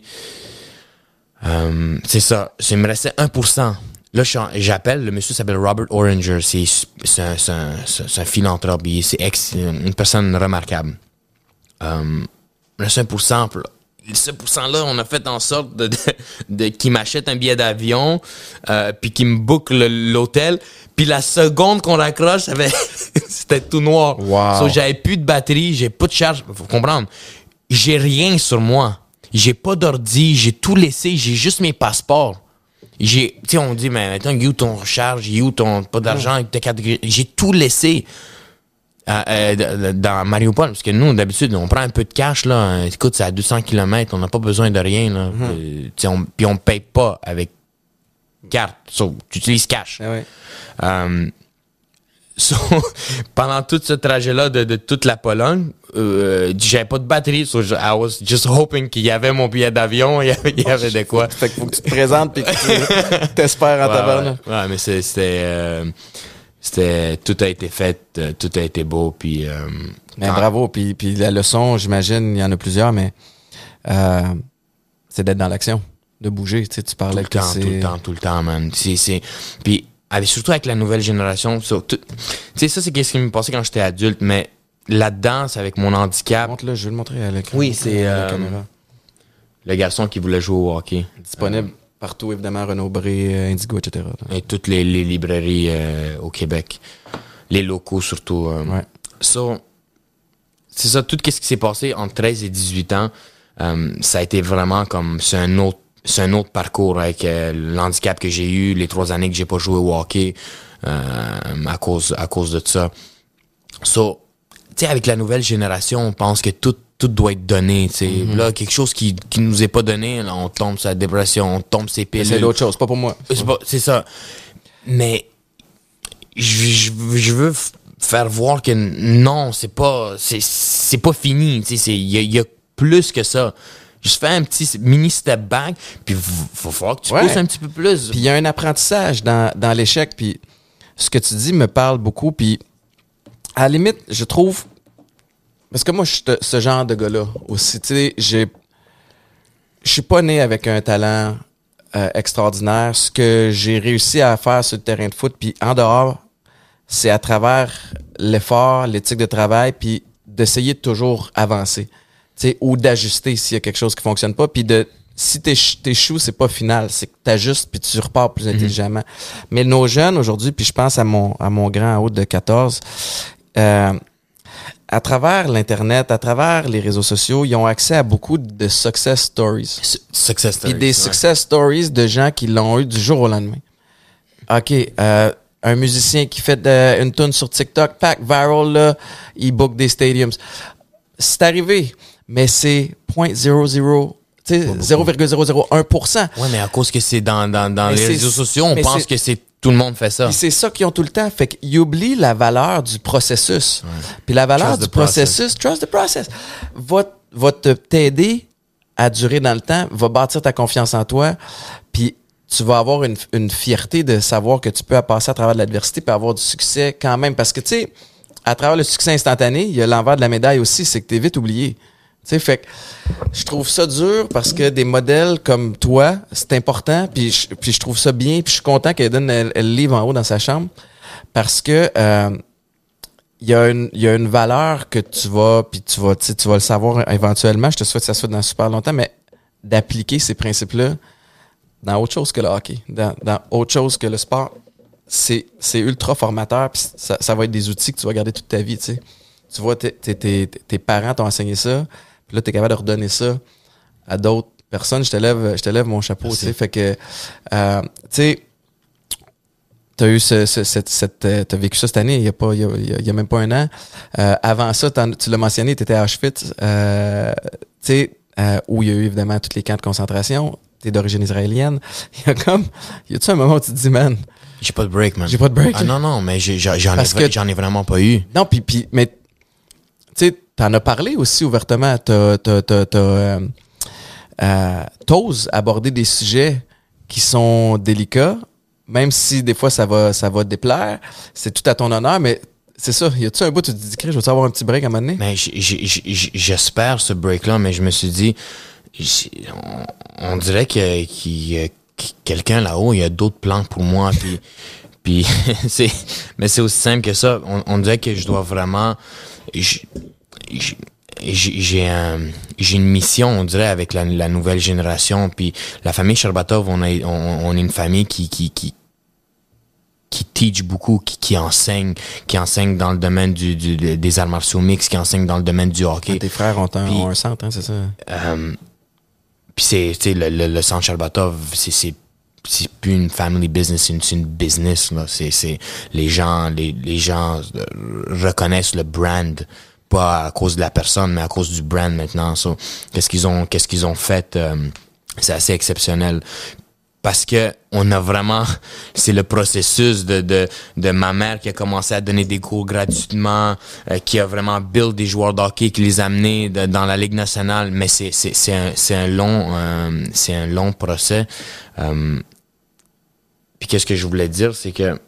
euh, c'est ça, il me restait un pour cent. Là, j'appelle, le monsieur s'appelle Robert Oranger, c'est, c'est, un, c'est, un, c'est un philanthrope, c'est ex, une personne remarquable. Euh, le cinq pour cent, le cinq pour cent-là, on a fait en sorte de, de, de qu'il m'achète un billet d'avion, euh, puis qu'il me book le, l'hôtel, puis la seconde qu'on raccroche, ça avait, c'était tout noir. Wow. So, j'avais plus de batterie, j'ai pas de charge, faut comprendre, j'ai rien sur moi. J'ai pas d'ordi, j'ai tout laissé, j'ai juste mes passeports. J'ai, tu sais, on dit, mais attends, il est où ton recharge, il est où ton, pas d'argent, tes cartes de... J'ai tout laissé euh, euh, dans Mariupol, parce que nous, d'habitude, on prend un peu de cash, là, écoute, c'est à deux cents kilomètres, on n'a pas besoin de rien, là. Mm-hmm. Euh, tu sais, on, puis on paye pas avec carte, so, tu utilises cash. Ah ouais. Euh, so, pendant tout ce trajet-là de, de toute la Pologne, euh, j'avais pas de batterie, so I was just hoping qu'il y avait mon billet d'avion, il y avait, il y avait de quoi. Fait qu'il faut que tu te présentes pis que tu t'espères en ouais, tabarnak. Ouais, ouais, mais c'est, c'était, euh, c'était, tout a été fait, euh, tout a été beau, puis. Euh, mais bravo, puis puis la leçon, j'imagine, il y en a plusieurs, mais euh, c'est d'être dans l'action, de bouger, tu sais, tu parlais tout le temps, c'est... tout le temps, tout le temps, man. C'est, c'est, puis. Avec, surtout avec la nouvelle génération. Tu sais, ça, c'est ce qui me passait quand j'étais adulte, mais là-dedans, c'est avec mon handicap. Montre-le, je vais le montrer à l'écran. Oui, c'est la euh, caméra. Le garçon qui voulait jouer au hockey. Disponible euh, partout, évidemment, Renaud-Bré, Indigo, et cetera. Et toutes les, les librairies euh, au Québec. Les locaux, surtout. Euh. Ouais. So, c'est ça, tout ce qui s'est passé entre treize et dix-huit ans, euh, ça a été vraiment comme, c'est un autre C'est un autre parcours avec euh, l'handicap que j'ai eu, les trois années que j'ai pas joué au hockey. euh, à cause à cause de ça. So, tu sais, avec la nouvelle génération, on pense que tout tout doit être donné, tu sais. Mm-hmm. Là, quelque chose qui qui nous est pas donné, là, on tombe sur la dépression, on tombe sur les pilules. C'est d'autres choses, pas pour moi. C'est, pas, c'est ça. Mais je, je, je veux f- faire voir que non, c'est pas c'est c'est pas fini, tu sais, il y a, y a plus que ça. Juste fais un petit mini step back, puis il va falloir que tu ouais. pousses un petit peu plus. Puis il y a un apprentissage dans, dans l'échec, puis ce que tu dis me parle beaucoup, puis à la limite, je trouve, parce que moi, je suis ce genre de gars-là aussi, tu sais, j'ai, je suis pas né avec un talent euh, extraordinaire. Ce que j'ai réussi à faire sur le terrain de foot, puis en dehors, c'est à travers l'effort, l'éthique de travail, puis d'essayer de toujours avancer. T'sais, ou d'ajuster s'il y a quelque chose qui fonctionne pas, puis de si t'éch- t'échoues, c'est pas final, c'est que t'ajustes puis tu repars plus intelligemment. Mm-hmm. Mais nos jeunes aujourd'hui, puis je pense à mon à mon grand en haut de quatorze, euh, à travers l'internet, à travers les réseaux sociaux, ils ont accès à beaucoup de success stories. S- success stories. Et des ouais. success stories de gens qui l'ont eu du jour au lendemain. OK, euh, un musicien qui fait de, une tune sur TikTok, pack viral là, il book des stadiums. C'est arrivé. Mais c'est zéro virgule zéro zéro, tu sais, zéro virgule zéro zéro un pour cent. Ouais, mais à cause que c'est dans, dans, dans les c'est, réseaux sociaux, on pense c'est, que c'est tout le monde fait ça. Puis c'est ça qu'ils ont tout le temps. Fait qu'ils oublient la valeur du processus. Ouais. Puis la valeur trust du processus, trust the process, va, va te, t'aider à durer dans le temps, va bâtir ta confiance en toi, puis tu vas avoir une, une fierté de savoir que tu peux passer à travers de l'adversité puis avoir du succès quand même. Parce que, tu sais, à travers le succès instantané, il y a l'envers de la médaille aussi, c'est que t'es vite oublié. Tu sais, fait que je trouve ça dur parce que des modèles comme toi, c'est important, puis je, puis je trouve ça bien, puis je suis content qu'Eden elle, elle livre en haut dans sa chambre parce que euh, il y a une il y a une valeur que tu vas puis tu vas tu sais, tu vas le savoir éventuellement, je te souhaite que ça soit dans super longtemps, mais d'appliquer ces principes-là dans autre chose que le hockey, dans, dans autre chose que le sport, c'est c'est ultra formateur, puis ça, ça va être des outils que tu vas garder toute ta vie, tu sais. Tu vois, tes, tes, tes, tes parents t'ont enseigné ça, puis là, t'es capable de redonner ça à d'autres personnes. Je te lève, je te lève mon chapeau, tu sais. Fait que, euh, tu sais, t'as eu ce, ce, cette, cette, t'as vécu ça cette année, il y a pas, il y a, il y a même pas un an. Euh, avant ça, tu l'as mentionné, t'étais à Auschwitz, euh, tu sais, euh, où il y a eu évidemment tous les camps de concentration. T'es d'origine israélienne. Il y a comme, y a-tu un moment où tu te dis, man, j'ai pas de break, man. J'ai pas de break. Ah non, non, mais j'ai, j'en, ai, que, j'en ai vraiment pas eu. Non, puis, puis mais, tu sais, t'en as parlé aussi ouvertement. T'as, t'as, t'as, t'as, euh, euh, t'oses aborder des sujets qui sont délicats, même si des fois ça va, ça va déplaire. C'est tout à ton honneur, mais c'est ça. Y a-tu un bout où tu te dis, je veux avoir un petit break à un moment donné? Mais j- j- j- j'espère ce break-là, mais je me suis dit, on, on dirait que, qu'il, que quelqu'un là-haut, il y a d'autres plans pour moi, puis, puis c'est, mais c'est aussi simple que ça. On, on dirait que je dois vraiment, je, J'ai, j'ai, un, j'ai une mission, on dirait, avec la, la nouvelle génération. Puis la famille Sherbatov, on, a, on, on est une famille qui qui qui qui teach beaucoup, qui, qui enseigne, qui enseigne dans le domaine du, du des arts martiaux mixtes, qui enseigne dans le domaine du hockey. Ah, tes frères ont un, puis, ont un centre, hein, c'est ça. Euh, puis c'est, tu sais, le, le, le centre Sherbatov, c'est c'est c'est plus une family business, c'est une, c'est une business là. C'est c'est les gens les les gens reconnaissent le brand. Pas à cause de la personne, mais à cause du brand maintenant. So, qu'est-ce qu'ils ont, qu'est-ce qu'ils ont fait, euh, c'est assez exceptionnel. Parce que on a vraiment, c'est le processus de, de, de ma mère qui a commencé à donner des cours gratuitement, euh, qui a vraiment build des joueurs de hockey, qui les a amenés de, dans la Ligue nationale. Mais c'est, c'est, c'est un, c'est un long, euh, c'est un long procès. Euh, puis qu'est-ce que je voulais dire, c'est que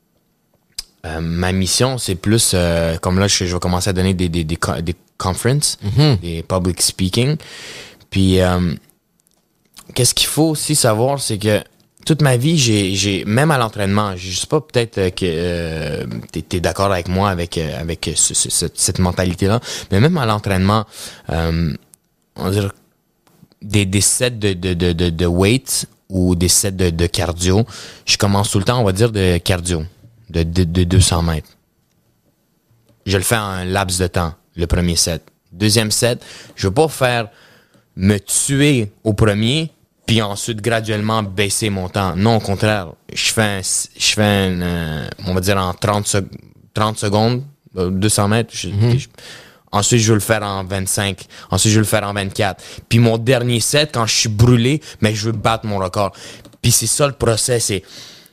Euh, ma mission, c'est plus euh, comme là, je, je vais commencer à donner des des des, des conferences, mm-hmm. des public speaking. Puis euh, qu'est-ce qu'il faut aussi savoir, c'est que toute ma vie, j'ai j'ai même à l'entraînement, je sais pas peut-être que euh, t'es, t'es d'accord avec moi avec avec ce, ce, cette, cette mentalité-là, mais même à l'entraînement, euh, on va dire des des sets de de de de, de weight ou des sets de de cardio, je commence tout le temps, on va dire de cardio. De, de, de deux cents mètres. Je le fais en un laps de temps, le premier set. Deuxième set, je veux pas faire me tuer au premier puis ensuite graduellement baisser mon temps. Non, au contraire, je fais, un, je fais un, euh, on va dire en trente, sec- trente secondes, euh, deux cents mètres. Je, Mm-hmm. je, ensuite, je veux le faire en vingt-cinq. Ensuite, je veux le faire en vingt-quatre. Puis mon dernier set, quand je suis brûlé, mais je veux battre mon record. Puis c'est ça le process, c'est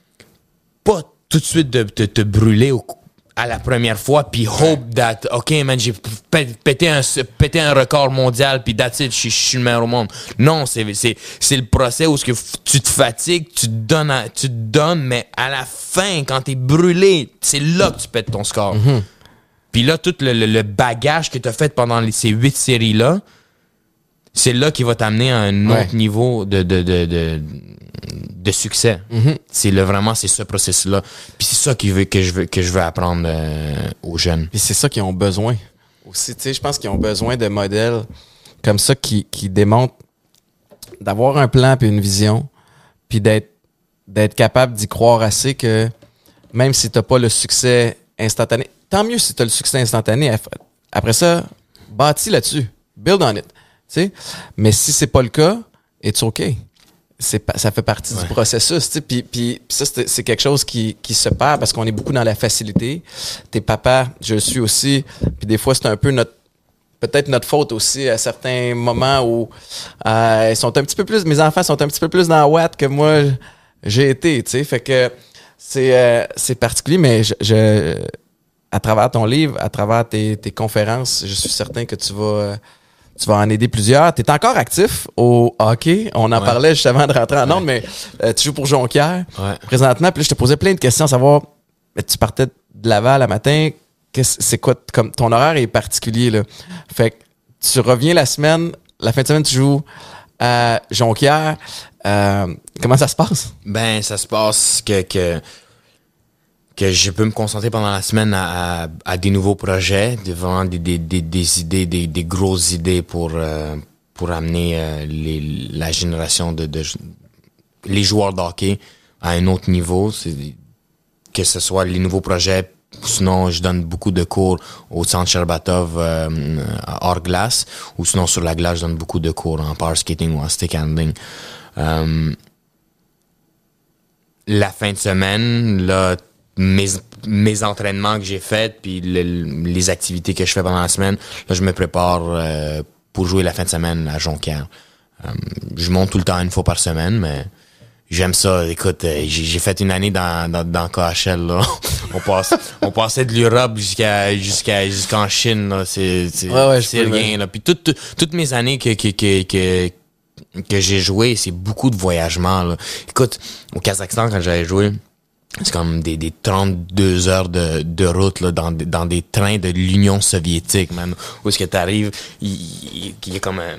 pas tout de suite de te, te brûler au, à la première fois, puis hope that, OK, man, j'ai pété un, pété un record mondial, puis that's it, je suis le meilleur au monde. Non, c'est, c'est, c'est le procès où que tu te fatigues, tu te donnes, à, tu te donnes, mais à la fin, quand t'es brûlé, c'est là que tu pètes ton score. Mm-hmm. Puis là, tout le, le, le bagage que t'as fait pendant les, ces huit séries-là, c'est là qui va t'amener à un autre ouais. niveau de, de, de, de, de succès. Mm-hmm. C'est le, vraiment, c'est ce processus-là. Puis c'est ça qui veut, que, je veux, que je veux apprendre euh, aux jeunes. Puis c'est ça qu'ils ont besoin aussi. Tu sais, je pense qu'ils ont besoin de modèles comme ça qui, qui démontrent d'avoir un plan puis une vision, puis d'être, d'être capable d'y croire assez que même si t'as pas le succès instantané, tant mieux si t'as le succès instantané. Après ça, bâtis là-dessus. Build on it. T'sais? Mais si c'est pas le cas, it's okay. C'est pas, ça fait partie ouais. du processus. Puis, puis ça, c'est, c'est quelque chose qui, qui se perd parce qu'on est beaucoup dans la facilité. Tes papas, je le suis aussi. Puis des fois, c'est un peu notre peut-être notre faute aussi à certains moments où euh, ils sont un petit peu plus, mes enfants sont un petit peu plus dans la watt que moi j'ai été. T'sais? Fait que c'est, euh, c'est particulier, mais je, je, à travers ton livre, à travers tes, tes conférences, je suis certain que tu vas... Tu vas en aider plusieurs. Tu es encore actif au hockey. On en ouais. parlait juste avant de rentrer en ondes, ouais. mais euh, tu joues pour Jonquière ouais. présentement. Puis là, je te posais plein de questions à savoir, mais tu partais de Laval à matin. Qu'est-ce, c'est quoi, comme ton horaire est particulier, là. Fait que tu reviens la semaine, la fin de semaine, tu joues à Jonquière. Euh, comment ça se passe? Ben, ça se passe que, que, que je peux me concentrer pendant la semaine à, à, à des nouveaux projets, devant des, des, des, des idées, des, des grosses idées pour, euh, pour amener euh, les, la génération de, de les joueurs de hockey à un autre niveau. C'est, que ce soit les nouveaux projets, sinon je donne beaucoup de cours au centre Sherbatov euh, hors glace, ou sinon sur la glace je donne beaucoup de cours en power skating ou en stick handling. Euh, la fin de semaine, là, mes mes entraînements que j'ai faits puis le, les activités que je fais pendant la semaine, là je me prépare euh, pour jouer la fin de semaine à Jonquière. Euh, je monte tout le temps une fois par semaine, mais j'aime ça. Écoute, euh, j'ai, j'ai fait une année dans dans, dans K H L là. on passe on passait de l'Europe jusqu'à jusqu'à jusqu'en Chine là, c'est c'est, ouais, ouais, c'est rien là. Puis toutes toutes mes années que que que que que j'ai joué, c'est beaucoup de voyagements là. Écoute, au Kazakhstan quand j'avais joué, c'est comme des, des trente-deux heures de, de route là, dans, dans des trains de l'Union soviétique, man. Où est-ce que t'arrives, il, il, il y a comme un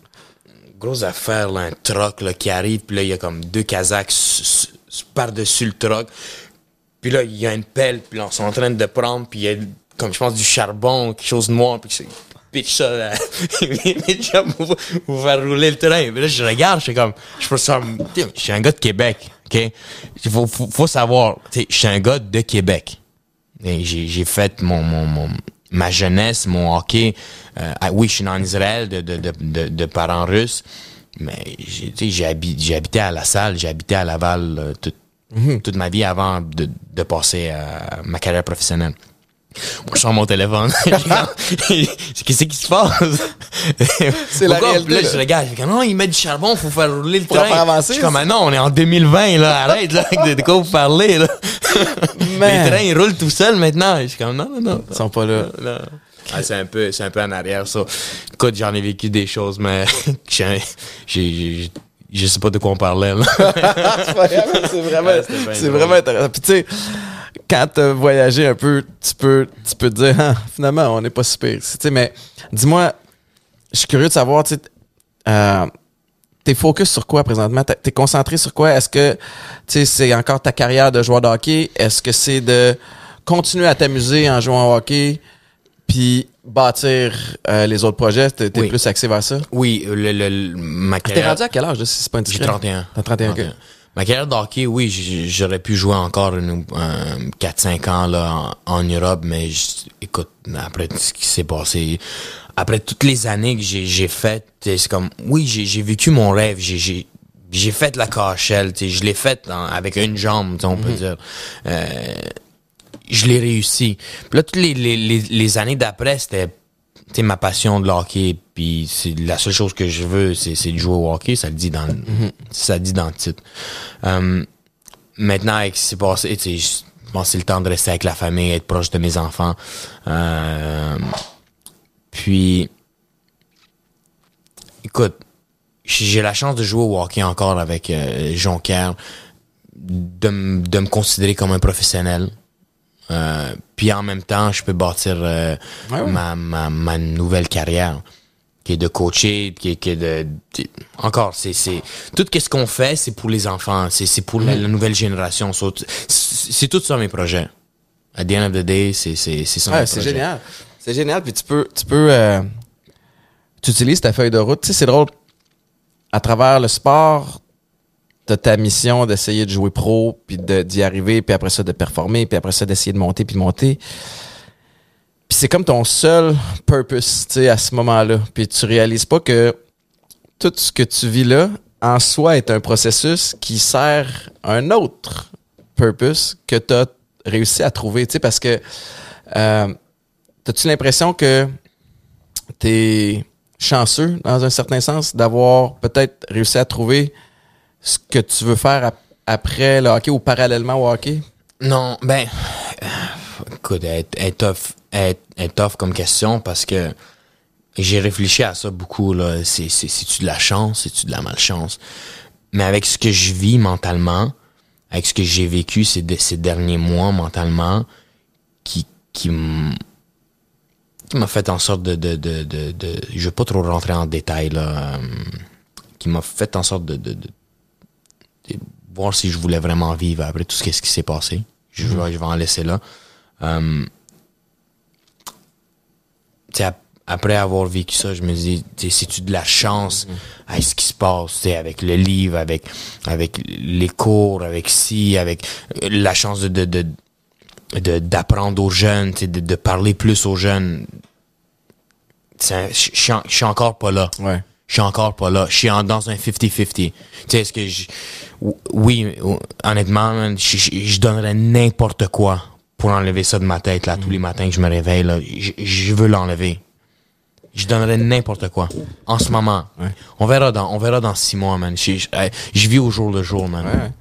grosse affaire, là, un truck là, qui arrive, puis là, il y a comme deux Kazakhs s- s- par-dessus le truck. Puis là, il y a une pelle, puis là, ils sont en train de prendre, puis il y a, comme je pense, du charbon, quelque chose de noir, puis pitch ça, là. pour, pour faire rouler le train. Mais là, je regarde, je suis comme, je pense ça, je suis un gars de Québec. OK? Il faut, faut, faut savoir, tu sais, je suis un gars de Québec. Et j'ai, j'ai fait mon, mon, mon, ma jeunesse, mon hockey. Euh, oui, je suis né en Israël de, de, de, de, de parents russes. Mais, j'ai, tu sais, j'ai, habité, j'ai habité à La Salle, j'ai habité à Laval euh, toute, mm-hmm. toute ma vie avant de, de passer à ma carrière professionnelle. Moi, je sors mon téléphone. Qu'est-ce qui se passe? C'est la réalité. Là, je regarde, je dis, non, il met du charbon, faut faire rouler le pour train. Faire avancer, je suis comme, ah non, on est en deux mille vingt, là, arrête, là, de, de quoi vous parlez, là. Les trains, ils roulent tout seuls maintenant. Je suis comme, non, non, non. Ils sont pas là. Non, non. Ah, c'est un peu, c'est un peu en arrière, ça. Écoute, j'en ai vécu des choses, mais j'ai, j'ai, j'ai je sais pas de quoi on parlait, là. c'est pas grave, c'est vraiment, ouais, c'est vraiment intéressant. Puis tu sais, quand t'as voyagé un peu, tu peux, tu peux te dire, ah, finalement, on n'est pas super. Tu sais, mais dis-moi, je suis curieux de savoir, tu sais, euh, t'es focus sur quoi présentement? T'es concentré sur quoi? Est-ce que, tu sais, c'est encore ta carrière de joueur de hockey? Est-ce que c'est de continuer à t'amuser en jouant au hockey? Puis bâtir euh, les autres projets, t'es, t'es oui. plus axé vers ça? Oui, le, le, le ma carrière... T'es rendu à quel âge, là, si c'est pas indiscret? J'ai trente et un. T'as trente et un, ok. Ma carrière de hockey, oui, j'aurais pu jouer encore une, un, quatre cinq ans là, en, en Europe, mais je, écoute, après ce qui s'est passé, après toutes les années que j'ai, j'ai faites, c'est comme, oui, j'ai, j'ai vécu mon rêve, j'ai, j'ai j'ai fait la K H L, tu sais, je l'ai faite en- avec une jambe, tu sais, on peut Mm-hmm. dire. Euh, je l'ai réussi. Puis là, toutes les, les, les, les années d'après, c'était tu sais, ma passion de hockey. Puis c'est la seule chose que je veux, c'est, c'est de jouer au hockey. Ça le dit dans, mm-hmm. ça le dit dans le titre. Um, maintenant, avec ce qui s'est passé, tu sais, je pense que c'est le temps de rester avec la famille, être proche de mes enfants. Euh, puis, écoute, j'ai la chance de jouer au hockey encore avec euh, Jonquière, de, m- de me considérer comme un professionnel. Euh, puis en même temps, je peux bâtir euh, Ouais, ouais. Ma, ma, ma nouvelle carrière, qui est de coacher, qui est, qui est de, de- encore, c'est c'est tout ce qu'on fait, c'est pour les enfants, c'est c'est pour la, la nouvelle génération. So, c'est c'est tout ça mes projets. At the end of the day, c'est c'est c'est ça. Ouais, mes c'est projets. génial. C'est génial. Puis tu peux, tu peux, euh, tu utilises ta feuille de route. Tu sais, c'est drôle. À travers le sport, t'as ta mission d'essayer de jouer pro, puis de, d'y arriver, puis après ça de performer, puis après ça d'essayer de monter, puis de monter. Puis c'est comme ton seul purpose, tu sais, à ce moment-là. Puis tu réalises pas que tout ce que tu vis là, en soi, est un processus qui sert un autre purpose que tu as réussi à trouver, tu sais, parce que euh, t'as-tu l'impression que t'es chanceux, dans un certain sens, d'avoir peut-être réussi à trouver ce que tu veux faire ap- après le hockey ou parallèlement au hockey? Non, ben, euh, écoute, elle, elle est tough, elle, elle est tough comme question parce que j'ai réfléchi à ça beaucoup, là. C'est, c'est, c'est-tu de la chance, c'est-tu de la malchance? Mais avec ce que je vis mentalement, avec ce que j'ai vécu ces, de- ces derniers mois mentalement, qui, qui m- qui m'a fait en sorte de, de, de, de, de je vais pas trop rentrer en détail, là, euh, qui m'a fait en sorte de, de, de, de voir si je voulais vraiment vivre après tout ce qui, ce qui s'est passé. Je, Mm-hmm. vais, je vais en laisser là. Euh, tu sais, ap- après avoir vécu ça, je me dis, tu sais, c'est-tu de la chance à ce qui se passe, tu sais, avec le livre, avec, avec les cours, avec ci, avec euh, la chance de, de, de, de- d'apprendre aux jeunes, tu sais, de, de parler plus aux jeunes. C'est un- Je je suis en- je suis encore pas là. Ouais. Je suis encore pas là. Je suis en- dans un cinquante cinquante. Tu sais, est-ce que je... Oui, honnêtement, man, je, je, je donnerais n'importe quoi pour enlever ça de ma tête, là, tous les matins que je me réveille, là. Je, je veux l'enlever. Je donnerais n'importe quoi. En ce moment. Ouais. On verra dans, on verra dans six mois, man. Je, je, je vis au jour le jour, man. Ouais.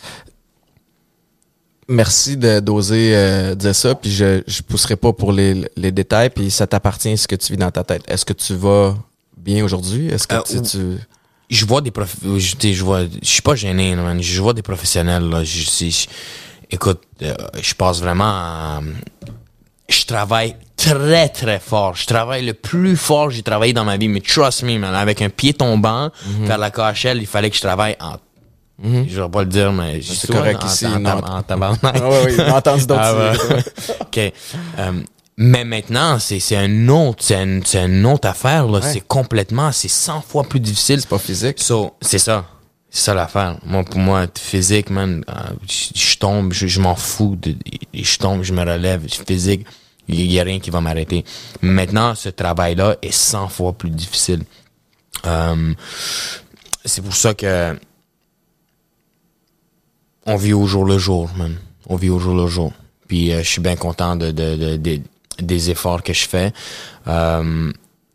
Merci de d'oser euh, dire ça, puis je je pousserai pas pour les, les détails, puis ça t'appartient ce que tu vis dans ta tête. Est-ce que tu vas bien aujourd'hui? Est-ce que Euh, tu, tu... Je vois des prof... je, tu sais, je vois, je suis pas gêné, là, man. Je vois des professionnels, là. Je, je, je- écoute, euh, je passe vraiment à... Je travaille très, très fort. Je travaille le plus fort que j'ai travaillé dans ma vie. Mais trust me, man, avec un pied tombant, Mm-hmm. faire la K H L, il fallait que je travaille en... Je vais pas le dire, mais... je C'est suis correct en, ici, En, non. en, en tabarnak. Ah ouais, oui, j'ai entendu d'autres. Ah ouais. OK. Euh, mais maintenant, c'est, c'est un autre, c'est, un, c'est une autre affaire, là. Ouais. C'est complètement, c'est cent fois plus difficile. C'est pas physique. So, c'est ça. C'est ça l'affaire. Moi, pour moi, physique, man, euh, je, je tombe, je, je m'en fous. De, je tombe, je me relève. Physique, il y a rien qui va m'arrêter. Maintenant, ce travail-là est cent fois plus difficile. Euh, c'est pour ça que on vit au jour le jour, man. On vit au jour le jour. Puis euh, je suis bien content de, de, de, de- des efforts que je fais. Euh,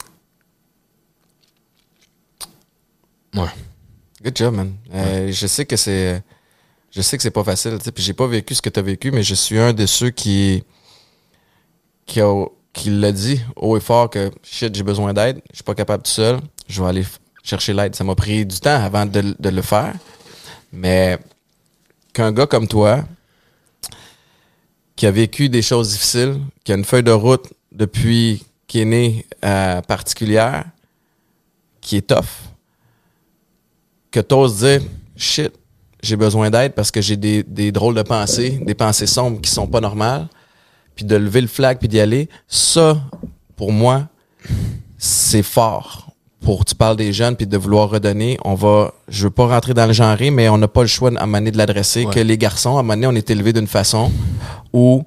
ouais. Good job, man. Euh, je sais que c'est, je sais que c'est pas facile, tu sais, puis j'ai pas vécu ce que t'as vécu, mais je suis un de ceux qui, qui a, qui l'a dit haut et fort que shit, j'ai besoin d'aide, je suis pas capable tout seul, je vais aller f- chercher l'aide. Ça m'a pris du temps avant de, de le faire, mais qu'un gars comme toi, qui a vécu des choses difficiles, qui a une feuille de route depuis qu'il est né euh, particulière, qui est tough, que t'oses dire shit, j'ai besoin d'aide parce que j'ai des, des drôles de pensées, des pensées sombres qui sont pas normales, puis de lever le flag puis d'y aller, ça, pour moi, c'est fort. Pour tu parles des jeunes puis de vouloir redonner, on va, je veux pas rentrer dans le genre, mais on n'a pas le choix à un moment donné de l'adresser. Ouais. Que les garçons, à un moment donné, on est élevés d'une façon où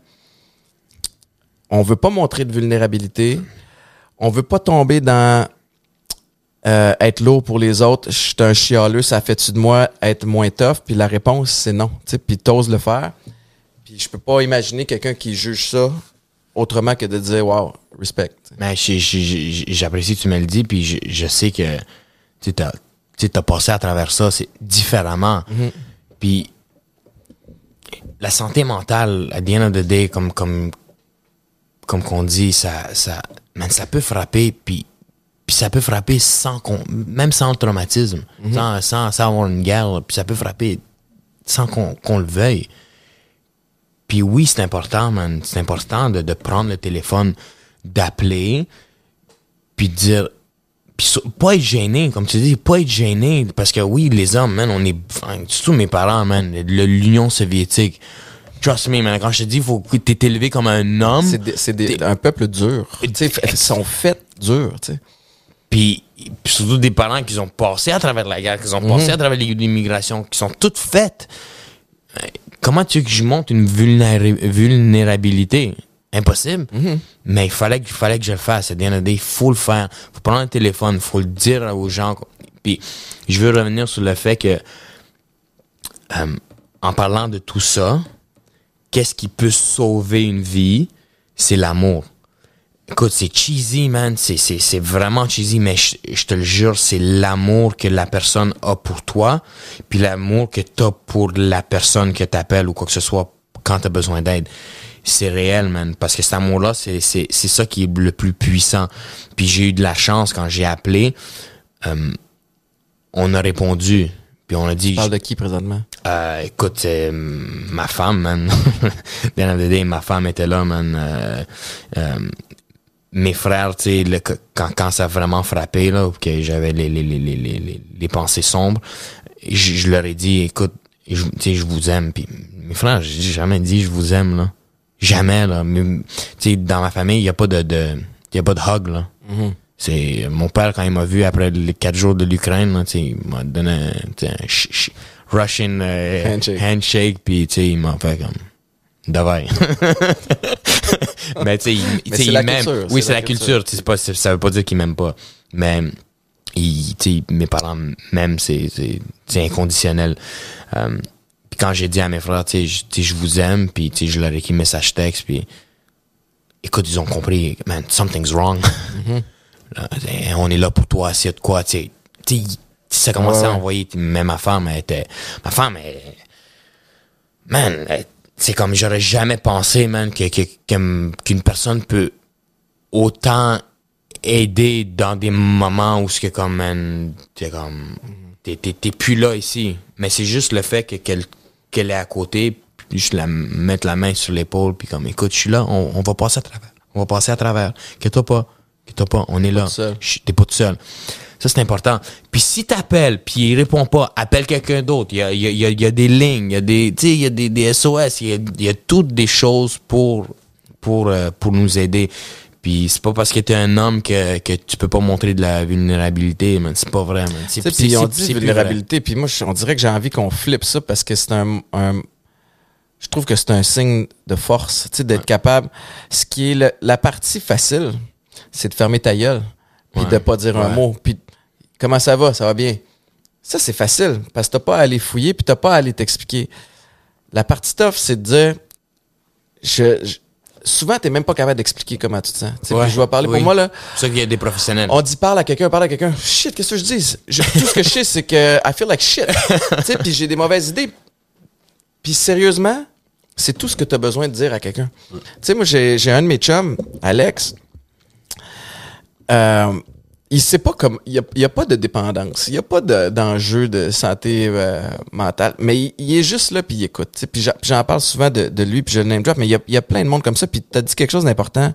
on veut pas montrer de vulnérabilité, on veut pas tomber dans euh, être lourd pour les autres, je suis un chialeux, ça fait-tu de moi être moins tough? Puis la réponse, c'est non. Tu sais, puis t'oses le faire. Puis je peux pas imaginer quelqu'un qui juge ça autrement que de dire, wow, respect. Mais j'apprécie que tu me le dis, puis je, je sais que tu t'as, t'as passé à travers ça, c'est différemment. Mm-hmm. Puis la santé mentale, à the end of the day, comme, comme, comme qu'on dit, ça, ça, man, ça peut frapper, puis, puis ça peut frapper sans qu'on, même sans le traumatisme, mm-hmm. sans, sans, sans avoir une guerre, puis ça peut frapper sans qu'on, qu'on le veuille. Puis oui, c'est important, man. C'est important de, de prendre le téléphone, d'appeler, puis de dire... Puis pas être gêné, comme tu dis, pas être gêné. Parce que oui, les hommes, man, on est... Enfin, surtout mes parents, man, l'Union soviétique. Trust me, man, quand je te dis, faut que t'es élevé comme un homme... C'est, des, c'est des, un peuple dur. Ils sont faits durs, tu sais. Puis, puis surtout des parents qui ont passé à travers la guerre, qui ont passé mm-hmm. à travers l'immigration, qui sont toutes faites... Comment tu veux que je monte une vulnéra- vulnérabilité? Impossible. Mm-hmm. Mais il fallait, il fallait que je le fasse. À the end of the day, il faut le faire. Il faut prendre le téléphone, il faut le dire aux gens. Puis, je veux revenir sur le fait que, euh, en parlant de tout ça, qu'est-ce qui peut sauver une vie? C'est l'amour. Écoute, c'est cheesy, man. C'est, c'est, c'est vraiment cheesy, mais je, je te le jure, c'est l'amour que la personne a pour toi, puis l'amour que t'as pour la personne que t'appelles ou quoi que ce soit quand t'as besoin d'aide. C'est réel, man. Parce que cet amour-là, c'est, c'est, c'est ça qui est le plus puissant. Puis j'ai eu de la chance quand j'ai appelé. Euh, on a répondu. Puis on a dit... Tu parles de qui présentement? Euh, écoute, euh, ma femme, man. Bien évidemment, ma femme était là, man. Euh, euh, mes frères, tu sais, le, quand, quand ça a vraiment frappé, là, que j'avais les, les, les, les, les, les pensées sombres, je, je leur ai dit, écoute, tu sais, je vous aime. Puis mes frères, j'ai jamais dit je vous aime, là. Jamais, là. Tu sais, dans ma famille, il y a pas de, de, il y a pas de hug, là. Mm-hmm. C'est, mon père, quand il m'a vu après les quatre jours de l'Ukraine, là, tu sais, il m'a donné un, un sh- sh- Russian euh, handshake, handshake puis tu sais, il m'a fait comme, davai. Mais tu sais, il, il m'aime. Culture, oui, c'est, c'est la, la culture. culture. C'est pas, c'est, ça veut pas dire qu'il m'aime pas. Mais il, mes parents m'aiment, c'est, c'est, c'est inconditionnel. Um, puis quand j'ai dit à mes frères, tu sais, je vous aime, puis tu sais, je leur ai écrit message texte, puis écoute, ils ont compris, man, something's wrong. Mm-hmm. Là, on est là pour toi, s'il y a de quoi, tu sais. Ça a commencé ouais. à envoyer, mais ma femme, elle était, ma femme, elle, man, elle, c'est comme j'aurais jamais pensé, man, que, que, que, qu'une personne peut autant aider dans des moments où c'est comme, man, t'es comme, t'es, t'es, t'es plus là ici. Mais c'est juste le fait que, qu'elle, qu'elle est à côté, puis je la mettre la main sur l'épaule, puis comme, écoute, je suis là, on, on va passer à travers. On va passer à travers. Inquiète-toi pas. Inquiète-toi pas. On est là. T'es pas tout seul. Ça, c'est important. Puis si t'appelles, puis il répond pas, appelle quelqu'un d'autre. Il y a, il y a, il y a des lignes, il y a des, tu sais, il y a des, des S O S, il y a, il y a toutes des choses pour, pour, euh, pour nous aider. Puis c'est pas parce que t'es un homme que, que tu peux pas montrer de la vulnérabilité, man. C'est pas vrai, man. C'est, c'est, puis on dit c'est vulnérabilité, puis moi, on dirait que j'ai envie qu'on flippe ça parce que c'est un, un je trouve que c'est un signe de force, tu sais, d'être ouais. capable. Ce qui est le, la partie facile, c'est de fermer ta gueule, puis ouais. de pas dire ouais. un mot, puis comment ça va? Ça va bien. Ça, c'est facile, parce que t'as pas à aller fouiller, puis t'as pas à aller t'expliquer. La partie tough, c'est de dire, je, je souvent, t'es même pas capable d'expliquer comment tu te sens. Ouais, je vais parler oui. pour moi, là. C'est ça qu'il y a des professionnels. On dit parle à quelqu'un, parle à quelqu'un. Shit, qu'est-ce que je dis? Je, tout ce que je sais, c'est que I feel like shit. Tu sais, puis j'ai des mauvaises idées. Puis sérieusement, c'est tout ce que t'as besoin de dire à quelqu'un. Tu sais, moi, j'ai, j'ai un de mes chums, Alex. Euh, il sait pas comme, il y a, il y a pas de dépendance, il y a pas de, d'enjeu de santé euh, mentale, mais il, il est juste là puis il écoute. T'sais, puis j'en, j'en parle souvent de, de lui puis je le name drop, mais il y a, il y a plein de monde comme ça. Puis t'as dit quelque chose d'important.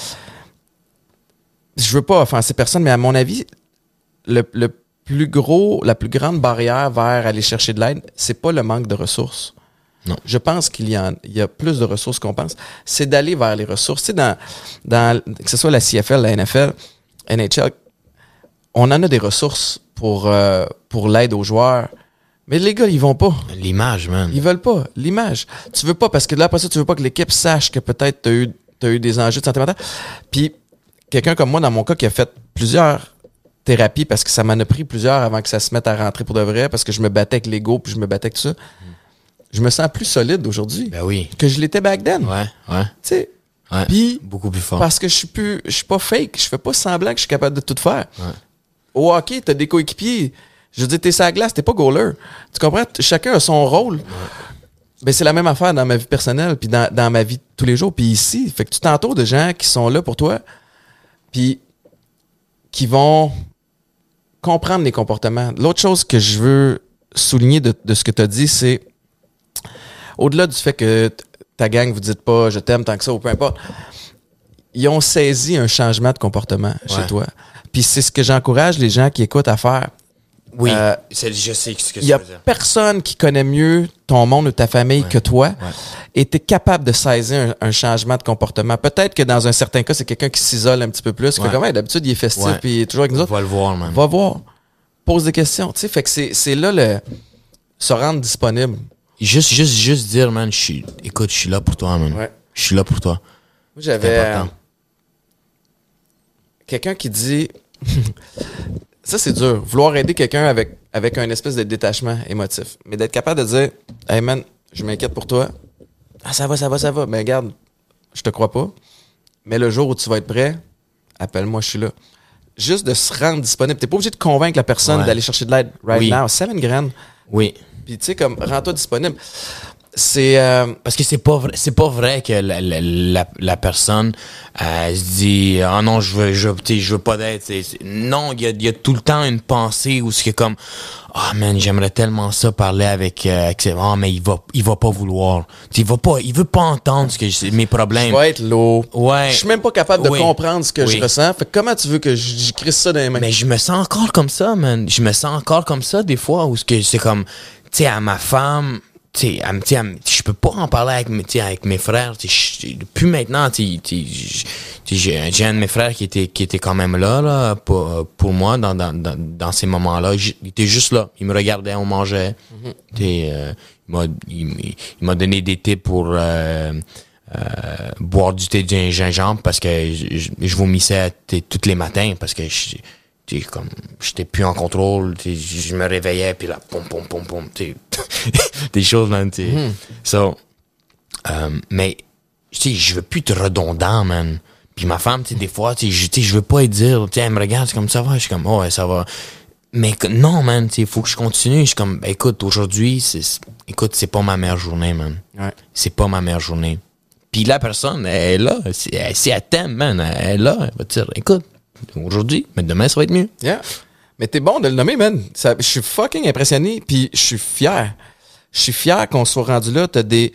Je veux pas offenser personne, mais à mon avis, le, le plus gros, la plus grande barrière vers aller chercher de l'aide, c'est pas le manque de ressources. Non. Je pense qu'il y, en, il y a plus de ressources qu'on pense. C'est d'aller vers les ressources. Tu sais, dans, dans, que ce soit la C F L, la N F L, N H L, on en a des ressources pour, euh, pour l'aide aux joueurs. Mais les gars, ils vont pas. L'image, man. Ils veulent pas. L'image. Tu veux pas, parce que là, après ça, tu veux pas que l'équipe sache que peut-être t'as eu, t'as eu des enjeux de santé mentale. Puis, quelqu'un comme moi, dans mon cas, qui a fait plusieurs thérapie parce que ça m'en a pris plusieurs avant que ça se mette à rentrer pour de vrai parce que je me battais avec l'ego puis je me battais avec tout ça. Mm. Je me sens plus solide aujourd'hui ben oui. que je l'étais back then. Ouais, ouais. Tu sais, ouais. Puis, beaucoup plus fort. Parce que je suis plus, je suis pas fake, je fais pas semblant que je suis capable de tout faire. Ouais. Au hockey, t'as des coéquipiers. Je veux dire, t'es sur la glace, t'es pas goaler. Tu comprends? Chacun a son rôle. Ouais. Ben, c'est la même affaire dans ma vie personnelle puis dans, dans ma vie de tous les jours. Puis ici, fait que tu t'entoures de gens qui sont là pour toi puis qui vont comprendre les comportements. L'autre chose que je veux souligner de, de ce que tu as dit, c'est au-delà du fait que t- ta gang, vous dites pas « je t'aime tant que ça » ou peu importe, ils ont saisi un changement de comportement ouais. chez toi. Puis c'est ce que j'encourage les gens qui écoutent à faire. Oui, euh, c'est, je sais ce que tu veux dire. Il y a personne qui connaît mieux ton monde ou ta famille ouais. que toi ouais. et tu es capable de saisir un, un changement de comportement. Peut-être que dans un certain cas, c'est quelqu'un qui s'isole un petit peu plus, ouais. que comme, hey, d'habitude, il est festif ouais. puis il est toujours avec nous autres. Va le voir, man. Va voir. Pose des questions. Tu sais, fait que c'est, c'est là le se rendre disponible. Juste, juste, juste dire, man, je suis, écoute, je suis là pour toi, man. Ouais. Je suis là pour toi. Moi, j'avais euh, quelqu'un qui dit... Ça, c'est dur. Vouloir aider quelqu'un avec, avec un espèce de détachement émotif. Mais d'être capable de dire, hey man, je m'inquiète pour toi. Ah, ça va, ça va, ça va. Mais regarde, je te crois pas. Mais le jour où tu vas être prêt, appelle-moi, je suis là. Juste de se rendre disponible. T'es pas obligé de convaincre la personne ouais. d'aller chercher de l'aide right oui. now. Seven grand. Oui. Puis tu sais, comme, rends-toi disponible. C'est euh, parce que c'est pas vrai, c'est pas vrai que la, la, la, la personne euh, se dit ah oh non je veux je je veux pas d'aide. C'est, c'est, non il y a il y a tout le temps une pensée où c'est comme ah oh man j'aimerais tellement ça parler avec euh, avec ah oh, mais il va il va pas vouloir. T'sais, il va pas il veut pas entendre ce que je, mes problèmes. Je vais être lourd. Ouais. Je suis même pas capable de oui. comprendre ce que oui. je ressens. Fait que comment tu veux que je, je crisse ça dans les mains? Mais je me sens encore comme ça man. Je me sens encore comme ça des fois où c'est c'est comme tu sais à ma femme tu sais, je peux pas en parler avec, avec mes frères. Plus maintenant, j'ai, j'ai un de mes frères qui était, qui était quand même là, là pour, pour moi dans, dans, dans, dans ces moments-là. Il était juste là. Il me regardait, on mangeait. Mm-hmm. Euh, il, m'a, il, il m'a donné des tips pour euh, euh, boire du thé de gingembre parce que je, je vomissais tous les matins parce que je, t'sais, comme j'étais plus en contrôle, je me réveillais puis là pom pom pom pom t'sais, des choses man t'sais. Mm. So, euh, mais t'sais, je veux plus être redondant man. Puis ma femme t'sais, des fois t'sais, je je veux pas lui dire t'sais, elle me regarde c'est comme ça va, je suis comme oh ouais, ça va. Mais non man, il faut que je continue, je suis comme ben, écoute aujourd'hui c'est, c'est écoute c'est pas ma meilleure journée man. Ouais. C'est pas ma meilleure journée. Puis la personne elle est là, si elle, si elle t'aime man, elle est là, elle va te dire écoute aujourd'hui, mais demain, ça va être mieux. Yeah. Mais t'es bon de le nommer, man. Je suis fucking impressionné, puis je suis fier. Je suis fier qu'on soit rendu là. T'as des,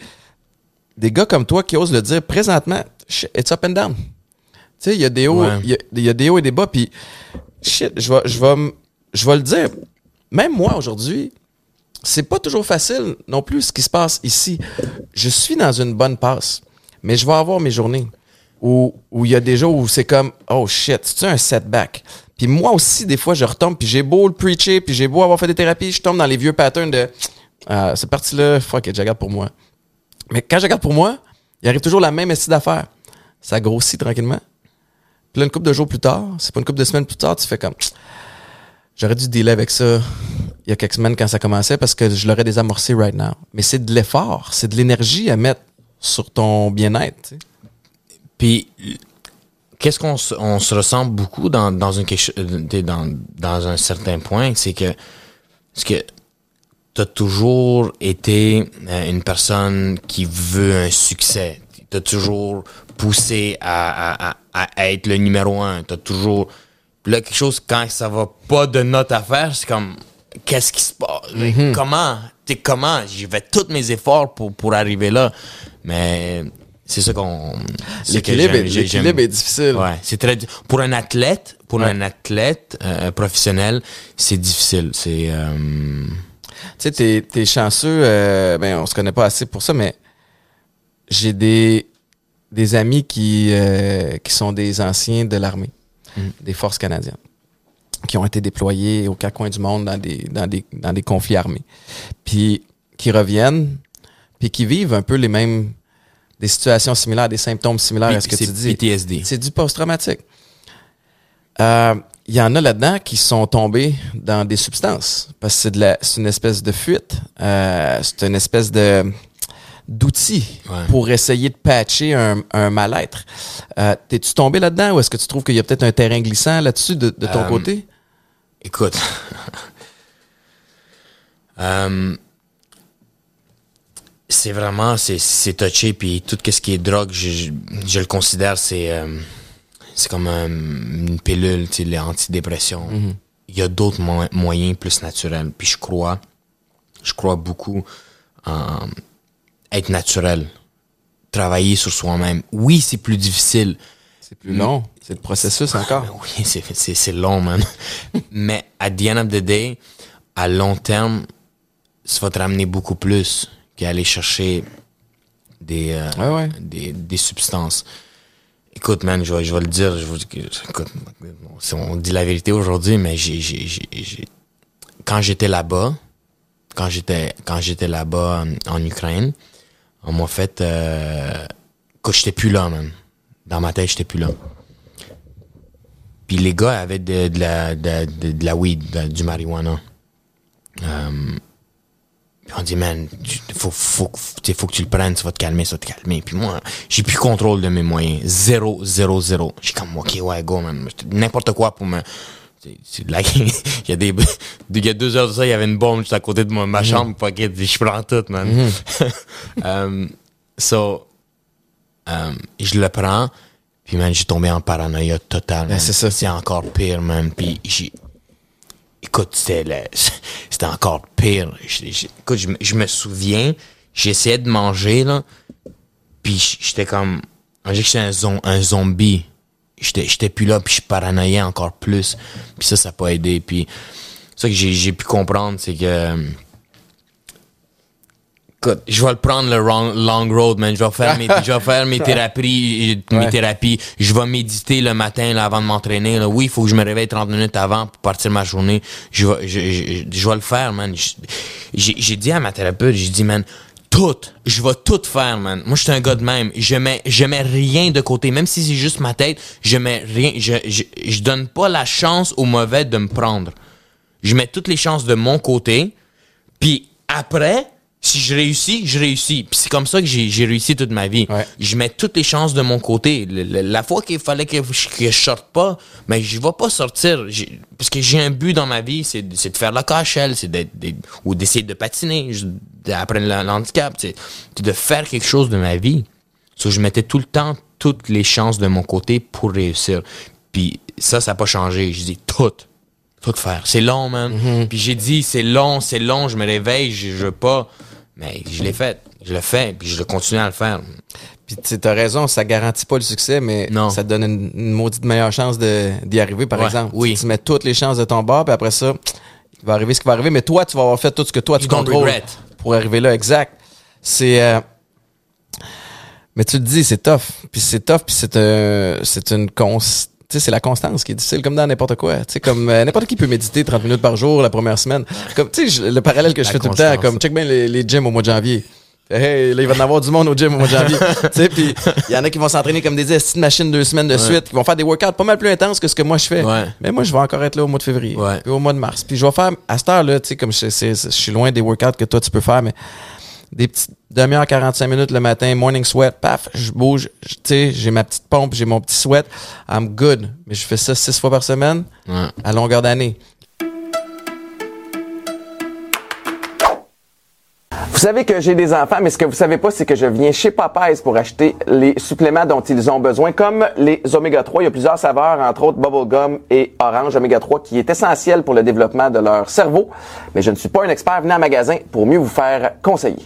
des gars comme toi qui osent le dire présentement. It's up and down. Tu sais, il y a des hauts, il ouais. y, y a des hauts et des bas, puis shit, je vais, je vais, je vais le dire. Même moi, aujourd'hui, c'est pas toujours facile non plus ce qui se passe ici. Je suis dans une bonne passe, mais je vais avoir mes journées. Où où il y a des jours où c'est comme oh shit, c'est un setback. Puis moi aussi des fois je retombe puis j'ai beau le preacher puis j'ai beau avoir fait des thérapies, je tombe dans les vieux patterns de ah, cette partie là, fuck it, je regarde pour moi. Mais quand je regarde pour moi, il arrive toujours la même estime d'affaires. Ça grossit tranquillement. Puis là une couple de jours plus tard, c'est pas une couple de semaines plus tard, tu fais comme j'aurais dû dealer avec ça il y a quelques semaines quand ça commençait parce que je l'aurais désamorcé right now. Mais c'est de l'effort, c'est de l'énergie à mettre sur ton bien-être, tu sais. Puis, qu'est-ce qu'on se, on se ressemble beaucoup dans, dans, une, dans, dans un certain point, c'est que, c'est que t'as toujours été une personne qui veut un succès. T'as toujours poussé à, à, à, à être le numéro un. T'as toujours... Là, quelque chose, quand ça va pas de notre affaire, c'est comme, qu'est-ce qui se passe? Mm-hmm. Comment? T'es comment? J'y vais tous mes efforts pour, pour arriver là. Mais... C'est ça qu'on... C'est l'équilibre, est, l'équilibre est difficile. Ouais, c'est très... Pour un athlète, pour ouais. un athlète euh, professionnel, c'est difficile. C'est... Euh... Tu sais, t'es, t'es chanceux, euh, ben on se connaît pas assez pour ça, mais j'ai des, des amis qui, euh, qui sont des anciens de l'armée, mm. des forces canadiennes, qui ont été déployés aux quatre coins du monde dans des, dans des, dans des conflits armés. Puis qui reviennent, puis qui vivent un peu les mêmes... des situations similaires, des symptômes similaires P- à ce que tu dis. P T S D. C'est du post-traumatique. Euh, il y en a là-dedans qui sont tombés dans des substances parce que c'est de la, c'est une espèce de fuite, euh, c'est une espèce de d'outil ouais. pour essayer de patcher un, un mal-être. Euh, t'es-tu tombé là-dedans ou est-ce que tu trouves qu'il y a peut-être un terrain glissant là-dessus de, de ton um, côté? Écoute, um, c'est vraiment, c'est, c'est touché, puis tout ce qui est drogue, je, je, je le considère, c'est, um, c'est comme un, une pilule, tu sais, les antidépressions. Mm-hmm. Il y a d'autres mo- moyens plus naturels, puis je crois, je crois beaucoup en être naturel, travailler sur soi-même. Oui, c'est plus difficile. C'est plus long. C'est le processus encore. Oui, c'est, c'est, c'est long, man. Mais at the end of the day, à long terme, ça va te ramener beaucoup plus qu'aller chercher des, euh, ouais, ouais. des, des substances. Écoute, man, je vais, je vais le dire. Je vais, écoute, on dit la vérité aujourd'hui, mais j'ai, j'ai, j'ai, j'ai, quand j'étais là-bas, quand j'étais, quand j'étais là-bas en, en Ukraine, on m'a fait, euh, quand j'étais plus là, man. Dans ma tête, j'étais plus là. Puis les gars avaient de, de la, de, de, de la weed, de, du marijuana. Um, puis on dit, man, faut, faut, faut, faut que tu le prennes, ça va te calmer, ça va te calmer. Puis moi, j'ai plus contrôle de mes moyens. Zéro, zéro, zéro. J'ai comme, ok, ouais, go, man. N'importe quoi pour me... C'est, c'est de la... il y a des... Il y a deux heures de ça, il y avait une bombe juste à côté de moi, ma mm-hmm. chambre, fuck je prends tout, man. Mm-hmm. um, so, um, je le prends, puis, man, j'ai tombé en paranoïa totale. Ben, c'est ça. C'est encore pire, man. Puis, j'ai... Écoute, c'était, le... c'était encore pire. J'ai, j'ai... Écoute, je, je me souviens, j'essayais de manger, là, puis j'étais comme... On dirait que j'étais un, zom... un zombie. J'étais, j'étais plus là, puis je paranoïais encore plus. Puis ça, ça n'a pas aidé. Puis ça que j'ai, j'ai pu comprendre, c'est que... Écoute, je vais le prendre le long, long road, man. Je vais faire mes, je vais faire mes thérapies, mes ouais. thérapies. Je vais méditer le matin, là, avant de m'entraîner, là. Oui, il faut que je me réveille trente minutes avant pour partir ma journée. Je vais, je, je, je vais le faire, man. Je, j'ai, j'ai dit à ma thérapeute, j'ai dit, man, tout. Je vais tout faire, man. Moi, je suis un gars de même. Je mets, je mets rien de côté. Même si c'est juste ma tête, je mets rien, je, je, je donne pas la chance au mauvais de me prendre. Je mets toutes les chances de mon côté. Puis après, si je réussis, je réussis. Puis c'est comme ça que j'ai, j'ai réussi toute ma vie. Ouais. Je mets toutes les chances de mon côté. Le, le, la fois qu'il fallait que je, que je sorte pas, mais je vais pas sortir. J'ai, parce que j'ai un but dans ma vie, c'est, c'est de faire la K H L, c'est d'être, d'être, ou d'essayer de patiner, d'apprendre le, l'handicap, c'est, c'est de faire quelque chose de ma vie. So, je mettais tout le temps toutes les chances de mon côté pour réussir. Puis ça, ça n'a pas changé. Je dis tout. Tout faire. C'est long, man. Mm-hmm. Puis j'ai dit, c'est long, c'est long, je me réveille, je, je veux pas... Mais je l'ai fait. Je le fais, puis je continue à le faire. Puis tu as raison, ça garantit pas le succès, mais non. Ça te donne une, une maudite meilleure chance de, d'y arriver, par ouais, exemple. Oui. Tu, tu mets toutes les chances de ton bord, puis après ça, il va arriver ce qui va arriver, mais toi, tu vas avoir fait tout ce que toi, you tu contrôles regret. Pour arriver là. Exact. C'est... Euh... Mais tu le dis, c'est tough. Puis c'est tough, puis c'est, un, c'est une constance. Tu sais, c'est la constance qui est difficile, comme dans n'importe quoi. Tu sais, comme euh, n'importe qui peut méditer trente minutes par jour la première semaine. Comme, tu sais, le parallèle que je la fais constance. Tout le temps, comme check bien les, les gyms au mois de janvier. Hey, là, il va y en avoir du monde au gym au mois de janvier. Tu sais, puis il y en a qui vont s'entraîner comme des petites machines deux semaines de ouais. suite, qui vont faire des workouts pas mal plus intenses que ce que moi je fais. Ouais. Mais moi, je vais encore être là au mois de février, ouais. Puis au mois de mars. Puis je vais faire, à cette heure-là, tu sais, comme je, c'est, je suis loin des workouts que toi tu peux faire, mais des petites demi-heure, quarante-cinq minutes le matin, morning sweat, paf, je bouge, tu sais, j'ai ma petite pompe, j'ai mon petit sweat, I'm good. Mais je fais ça six fois par semaine, ouais. À longueur d'année. Vous savez que j'ai des enfants, mais ce que vous savez pas, c'est que je viens chez Popeyes pour acheter les suppléments dont ils ont besoin, comme les oméga trois. Il y a plusieurs saveurs, entre autres bubblegum et orange oméga trois, qui est essentiel pour le développement de leur cerveau. Mais je ne suis pas un expert. Venez en magasin pour mieux vous faire conseiller.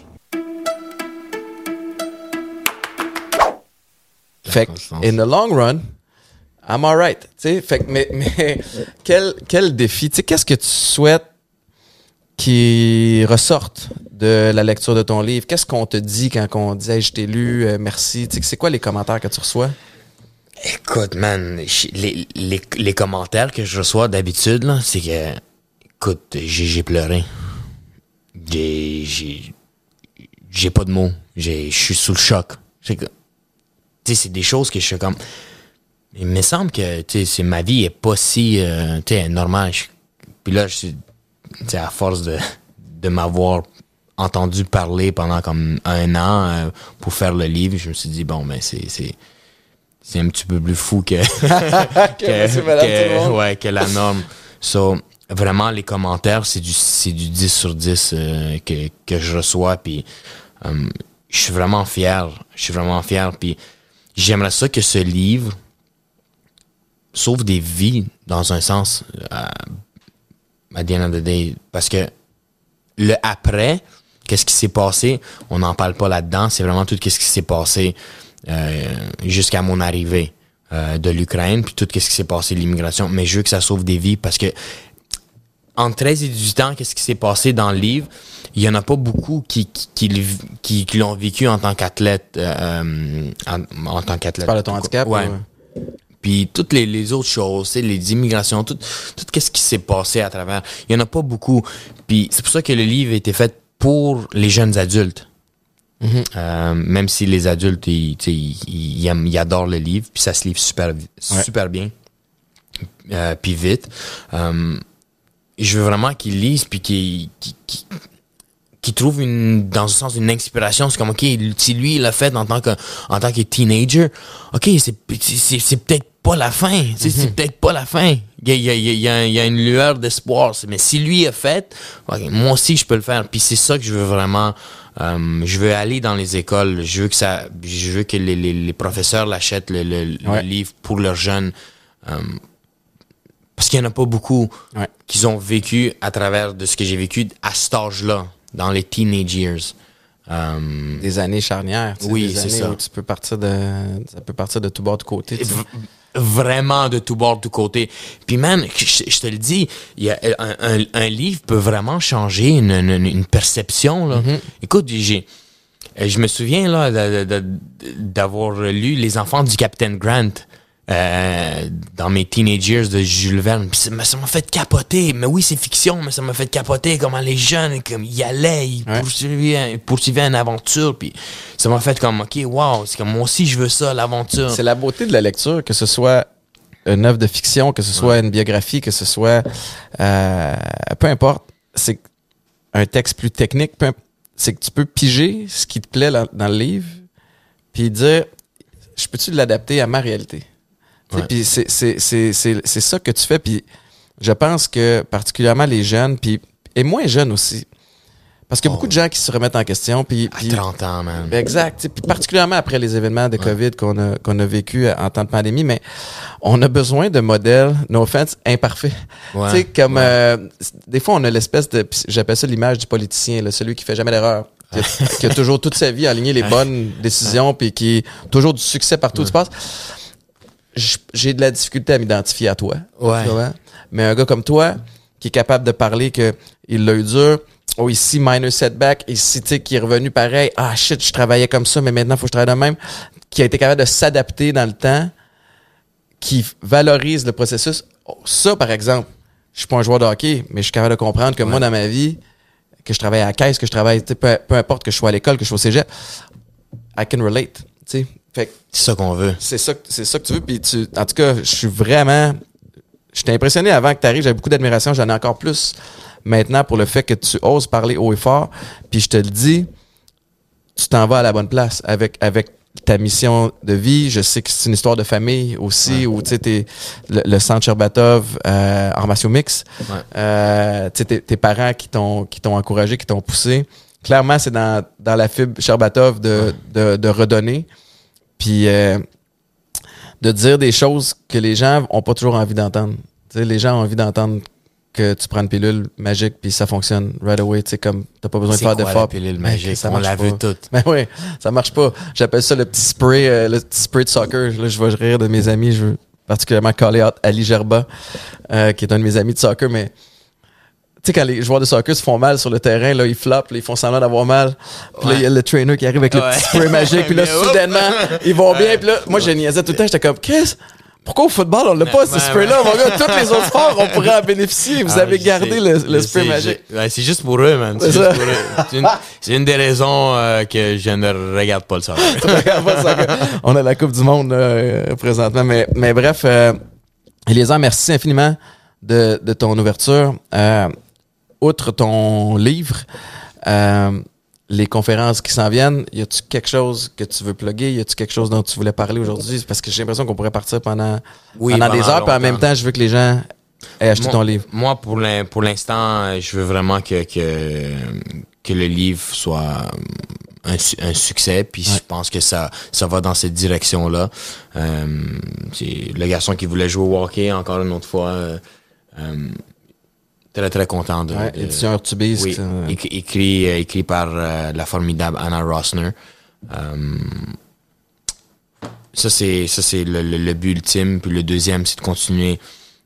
Fait que, in the long run, I'm alright. Tu sais, fait que, mais, mais quel, quel défi, tu sais, qu'est-ce que tu souhaites qui ressorte de la lecture de ton livre? Qu'est-ce qu'on te dit quand on dit hey, je t'ai lu, euh, merci? Tu sais, c'est quoi les commentaires que tu reçois? Écoute, man, les, les, les commentaires que je reçois d'habitude, là, c'est que, écoute, j'ai, j'ai pleuré. J'ai, j'ai, j'ai pas de mots. J'ai, je suis sous le choc. C'est que, tu sais, c'est des choses que je suis comme, il me semble que, tu sais, ma vie est pas si, euh, tu sais, normale. Je, puis là, je suis, tu sais, à force de, de m'avoir entendu parler pendant comme un an euh, pour faire le livre, je me suis dit, bon, ben, c'est, c'est, c'est un petit peu plus fou que, que, que, ouais, que la norme. So, vraiment, les commentaires, c'est du, c'est du dix sur dix euh, que, que je reçois, puis euh, je suis vraiment fier. Je suis vraiment fier, puis j'aimerais ça que ce livre sauve des vies, dans un sens, à, à the end of the day. Parce que le après, qu'est-ce qui s'est passé, on n'en parle pas là-dedans, c'est vraiment tout ce qui s'est passé euh, jusqu'à mon arrivée euh, de l'Ukraine, puis tout ce qui s'est passé, l'immigration. Mais je veux que ça sauve des vies, parce que entre treize et dix-huit ans, qu'est-ce qui s'est passé dans le livre, il y en a pas beaucoup qui qui, qui, qui, qui l'ont vécu en tant qu'athlète. Euh, en, en tant qu'athlète. Tu parles de ton handicap? Ouais. Ou... Puis toutes les, les autres choses, les immigrations, tout, tout ce qui s'est passé à travers, il y en a pas beaucoup. Puis c'est pour ça que le livre a été fait pour les jeunes adultes. Mm-hmm. Euh, même si les adultes, ils, ils, ils, aiment, ils adorent le livre, puis ça se livre super, super ouais. bien, euh, puis vite. Euh, je veux vraiment qu'ils lisent, puis qu'ils, qu'ils, qu'ils, qu'ils trouvent une, dans un sens, une inspiration. C'est comme, OK, si lui, il l'a fait en tant que, en tant que teenager, OK, c'est, c'est, c'est peut-être pas la fin. Mm-hmm. C'est peut-être pas la fin. Il y a, il y a, il y a, il y a une lueur d'espoir. Mais si lui a fait, okay, moi aussi, je peux le faire. Puis c'est ça que je veux vraiment. Euh, je veux aller dans les écoles. Je veux que ça, je veux que les, les, les professeurs l'achètent, le, le, ouais. le livre pour leurs jeunes. Euh, parce qu'il y en a pas beaucoup ouais. qui ont vécu à travers de ce que j'ai vécu à cet âge-là, dans les teenage years. Um, des années charnières. Oui, des c'est années ça. Où tu peux partir de, ça peut partir de tout bord, de côté. V- vraiment de tout bord, de tout côté. Puis man, je, je te le dis, il y a un, un, un livre peut vraiment changer une, une, une perception. Là. Mm-hmm. Écoute, j'ai, je me souviens là de, de, de, d'avoir lu Les enfants du Capitaine Grant. Euh, dans mes teenage years de Jules Verne, puis ça, ça m'a fait capoter. Mais oui, c'est fiction, mais ça m'a fait capoter comment les jeunes, comme ils allaient, ils ouais. poursuivaient, poursuivaient une aventure, puis ça m'a fait comme, ok, wow, c'est comme moi aussi je veux ça, l'aventure. C'est la beauté de la lecture, que ce soit une œuvre de fiction, que ce soit ouais. une biographie, que ce soit euh, peu importe, c'est un texte plus technique, peu, c'est que tu peux piger ce qui te plaît là, dans le livre, puis dire, je peux-tu l'adapter à ma réalité? Ouais. Puis c'est, c'est, c'est, c'est, c'est ça que tu fais. Puis je pense que particulièrement les jeunes, puis et moins jeunes aussi, parce qu'il y a oh. beaucoup de gens qui se remettent en question. Puis, à puis, trente ans, man. Exact. Puis particulièrement après les événements de ouais. COVID qu'on a, qu'on a vécu en temps de pandémie, mais on a besoin de modèles, no offense, imparfaits. Ouais. Tu sais, comme ouais. euh, des fois on a l'espèce de, j'appelle ça l'image du politicien, là, celui qui fait jamais d'erreur. Qui a, qui a toujours toute sa vie aligné les bonnes décisions, puis qui a toujours du succès partout où tu passes. J'ai de la difficulté à m'identifier à toi. Ouais. Tu vois? Mais un gars comme toi, qui est capable de parler que il l'a eu dur, oh, ici, minor setback, ici, tu sais, qui est revenu pareil, ah, shit, je travaillais comme ça, mais maintenant, il faut que je travaille de même, qui a été capable de s'adapter dans le temps, qui valorise le processus. Oh, ça, par exemple, je suis pas un joueur de hockey, mais je suis capable de comprendre que ouais. moi, dans ma vie, que je travaille à la caisse, que je travaille, peu, peu importe que je sois à l'école, que je sois au cégep, I can relate, tu sais. Fait que c'est ça qu'on veut. C'est ça, c'est ça que tu veux. Puis tu, en tout cas, je suis vraiment... J'étais impressionné avant que tu arrives. J'avais beaucoup d'admiration. J'en ai encore plus maintenant pour le fait que tu oses parler haut et fort. Puis je te le dis, tu t'en vas à la bonne place avec, avec ta mission de vie. Je sais que c'est une histoire de famille aussi, ouais. où tu sais, t'es le, le centre Sherbatov, euh, arts martiaux mix. Ouais. Euh, tu sais, tes, tes parents qui t'ont, qui t'ont encouragé, qui t'ont poussé. Clairement, c'est dans, dans la fibre Sherbatov de, ouais. de, de redonner. Puis euh, de dire des choses que les gens ont pas toujours envie d'entendre. Tu sais, les gens ont envie d'entendre que tu prends une pilule magique puis ça fonctionne right away. Tu sais, comme t'as pas besoin c'est de faire d'efforts. C'est quoi la pilule magique? Ça On l'a vu toute. Mais oui, ça marche pas. J'appelle ça le petit spray, euh, le petit spray de soccer. Là, je vais rire de mes amis. Je veux particulièrement caller out Ali Gerba, euh, qui est un de mes amis de soccer, mais tu sais, quand les joueurs de soccer se font mal sur le terrain, là, ils floppent, là, ils font semblant d'avoir mal. Puis ouais. là, il y a le trainer qui arrive avec ouais. le petit spray magique. Puis là, soudainement, ils vont bien. Puis là, moi, je niaisais tout le temps. J'étais comme, qu'est-ce? Pourquoi au football, on l'a pas, ce spray-là? Mon gars, tous les autres sports, on pourrait en bénéficier. Vous ah, avez gardé le, le spray magique. Ouais, c'est juste pour eux, man. C'est, c'est, juste pour eux. c'est, une, c'est une des raisons euh, que je ne regarde pas le soccer. Tu regardes pas le soccer. On a la Coupe du Monde euh, présentement. Mais, mais bref, euh, Eliezer, merci infiniment de, de ton ouverture. Euh, outre ton livre, euh, les conférences qui s'en viennent, y a-tu quelque chose que tu veux plugger? Y a-tu quelque chose dont tu voulais parler aujourd'hui? Parce que j'ai l'impression qu'on pourrait partir pendant, oui, pendant, pendant des heures, puis en même temps, je veux que les gens aient acheté moi, ton livre. Moi, pour, l'in, pour l'instant, je veux vraiment que, que, que le livre soit un, un succès, puis ouais. je pense que ça, ça va dans cette direction-là. Euh, c'est le garçon qui voulait jouer au hockey, encore une autre fois. Euh, euh, Très, très content de... Ouais, de édition Urtubise. Oui, euh... écrit, écrit par euh, la formidable Anna Rossner. Euh, ça, c'est, ça, c'est le, le, le but ultime. Puis le deuxième, c'est de continuer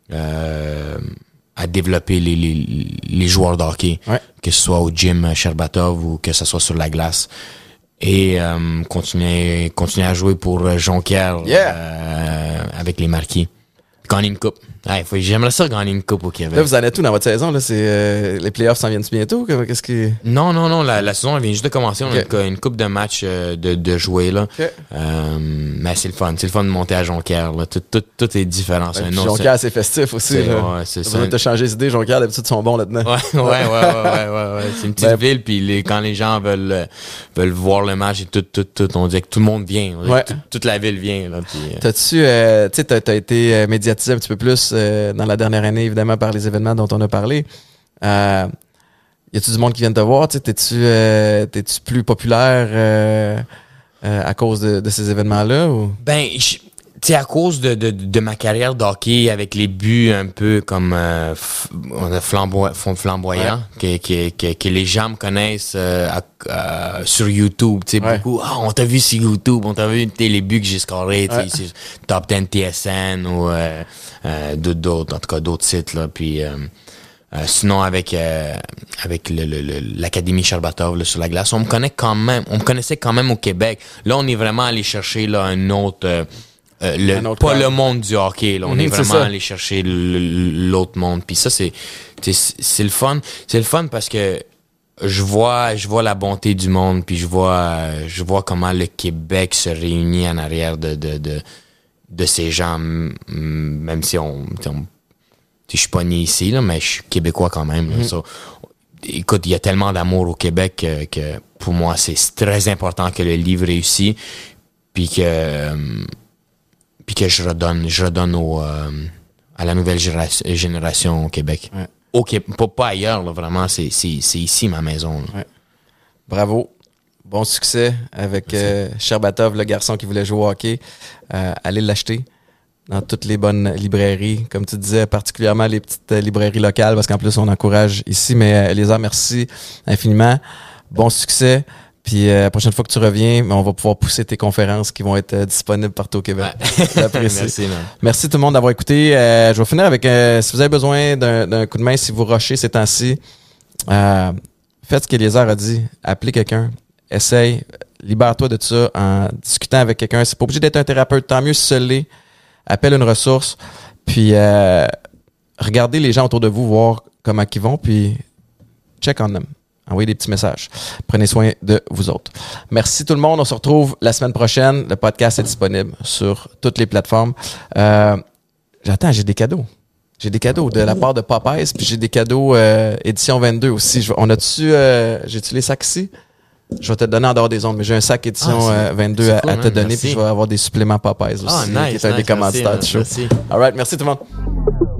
euh, à développer les, les, les joueurs de hockey. Ouais. Que ce soit au gym Sherbatov ou que ce soit sur la glace. Et euh, continuer, continuer à jouer pour Jonquière yeah. euh, avec les Marquis. Gagner une coupe. Ouais, faut, j'aimerais ça gagner une coupe au Québec. Là, vous en êtes tout dans votre saison? Là, c'est, euh, les playoffs s'en viennent bientôt? Qu'est-ce qui... Non, non, non. La, la saison elle vient juste de commencer. On okay. a une, une coupe de matchs euh, de, de jouer. Là. Okay. Euh, mais c'est le fun. C'est le fun de monter à Jonquière. Là. Tout, tout, tout est différent. C'est ouais, un autre, Jonquière, c'est festif aussi. C'est, là. Ouais, c'est ça. Vous avez changé les idées. Jonquière, d'habitude, ils sont bons là-dedans. Ouais, ouais, ouais, ouais, ouais, ouais, ouais. C'est une petite ben, ville. Puis les, quand les gens veulent, veulent voir le match, et tout, tout, tout, on dit que tout le monde vient. Ouais. Tout, toute la ville vient. Là, puis, euh... T'as-tu, euh, tu sais, t'as, t'as été médiatisé un petit peu plus euh, dans la dernière année, évidemment, par les événements dont on a parlé. Euh, y a-tu du monde qui vient te voir? T'sais, t'es-tu, euh, t'es-tu plus populaire euh, euh, à cause de, de ces événements-là? Ou? Ben, tu sais, à cause de, de, de ma carrière d'hockey avec les buts un peu comme euh, f- flamboy- flamboyants, ouais. que, que, que, que les gens me connaissent euh, à, à, sur YouTube. Tu sais, ouais. beaucoup, ah, oh, on t'a vu sur YouTube, on t'a vu les buts que j'ai scorés, ouais. sur Top dix T S N ou euh, euh, d'autres, en tout cas d'autres sites. Là, puis, euh, euh, sinon, avec euh, avec le, le, le, l'Académie Sherbatov là, sur la glace, on me connaît quand même, on me connaissait quand même au Québec. Là, on est vraiment allé chercher là, un autre... Euh, Euh, le, pas cas. Le monde du hockey, là. On mmh, est vraiment allé chercher le, l'autre monde. Puis ça, c'est, c'est, c'est le fun. C'est le fun parce que je vois, je vois la bonté du monde, puis je vois, je vois comment le Québec se réunit en arrière de, de, de, de ces gens, même si on, on je suis pas né ici, là, mais je suis québécois quand même, là. Mmh. So, écoute, il y a tellement d'amour au Québec que, que pour moi, c'est très important que le livre réussisse, puis que, puis que je redonne, je redonne au, euh, à la nouvelle génération, génération au Québec. Ouais. Au Québec, pas, pas ailleurs, là, vraiment, c'est, c'est, c'est ici ma maison. Ouais. Bravo. Bon succès avec euh, Sherbatov, le garçon qui voulait jouer au hockey. Euh, allez l'acheter dans toutes les bonnes librairies. Comme tu disais, particulièrement les petites librairies locales, parce qu'en plus, on encourage ici. Mais euh, Eliezer, merci infiniment. Bon succès. Puis euh, la prochaine fois que tu reviens, on va pouvoir pousser tes conférences qui vont être euh, disponibles partout au Québec. Ouais. J'apprécie. Merci, man. Merci tout le monde d'avoir écouté. Euh, je vais finir avec, euh, si vous avez besoin d'un, d'un coup de main, si vous rushez ces temps-ci, euh, faites ce qu'Eliezer a dit. Appelez quelqu'un. Essaye. Libère-toi de ça en discutant avec quelqu'un. C'est pas obligé d'être un thérapeute. Tant mieux si ça l'est. Appelle une ressource. Puis euh, regardez les gens autour de vous, voir comment ils vont. Puis check on them. Envoyez des petits messages. Prenez soin de vous autres. Merci tout le monde. On se retrouve la semaine prochaine. Le podcast est disponible sur toutes les plateformes. Euh, j'attends, j'ai des cadeaux. J'ai des cadeaux de la part de Popeyes, puis j'ai des cadeaux euh, édition vingt-deux aussi. Je, on a-tu, euh, j'ai-tu les sacs ici? Je vais te le donner en dehors des ondes, mais j'ai un sac édition ah, euh, vingt-deux à, cool, à te donner, merci. Puis je vais avoir des suppléments Popeyes aussi, ah, nice, qui est un nice, des commanditaires du show. All right, merci tout le monde.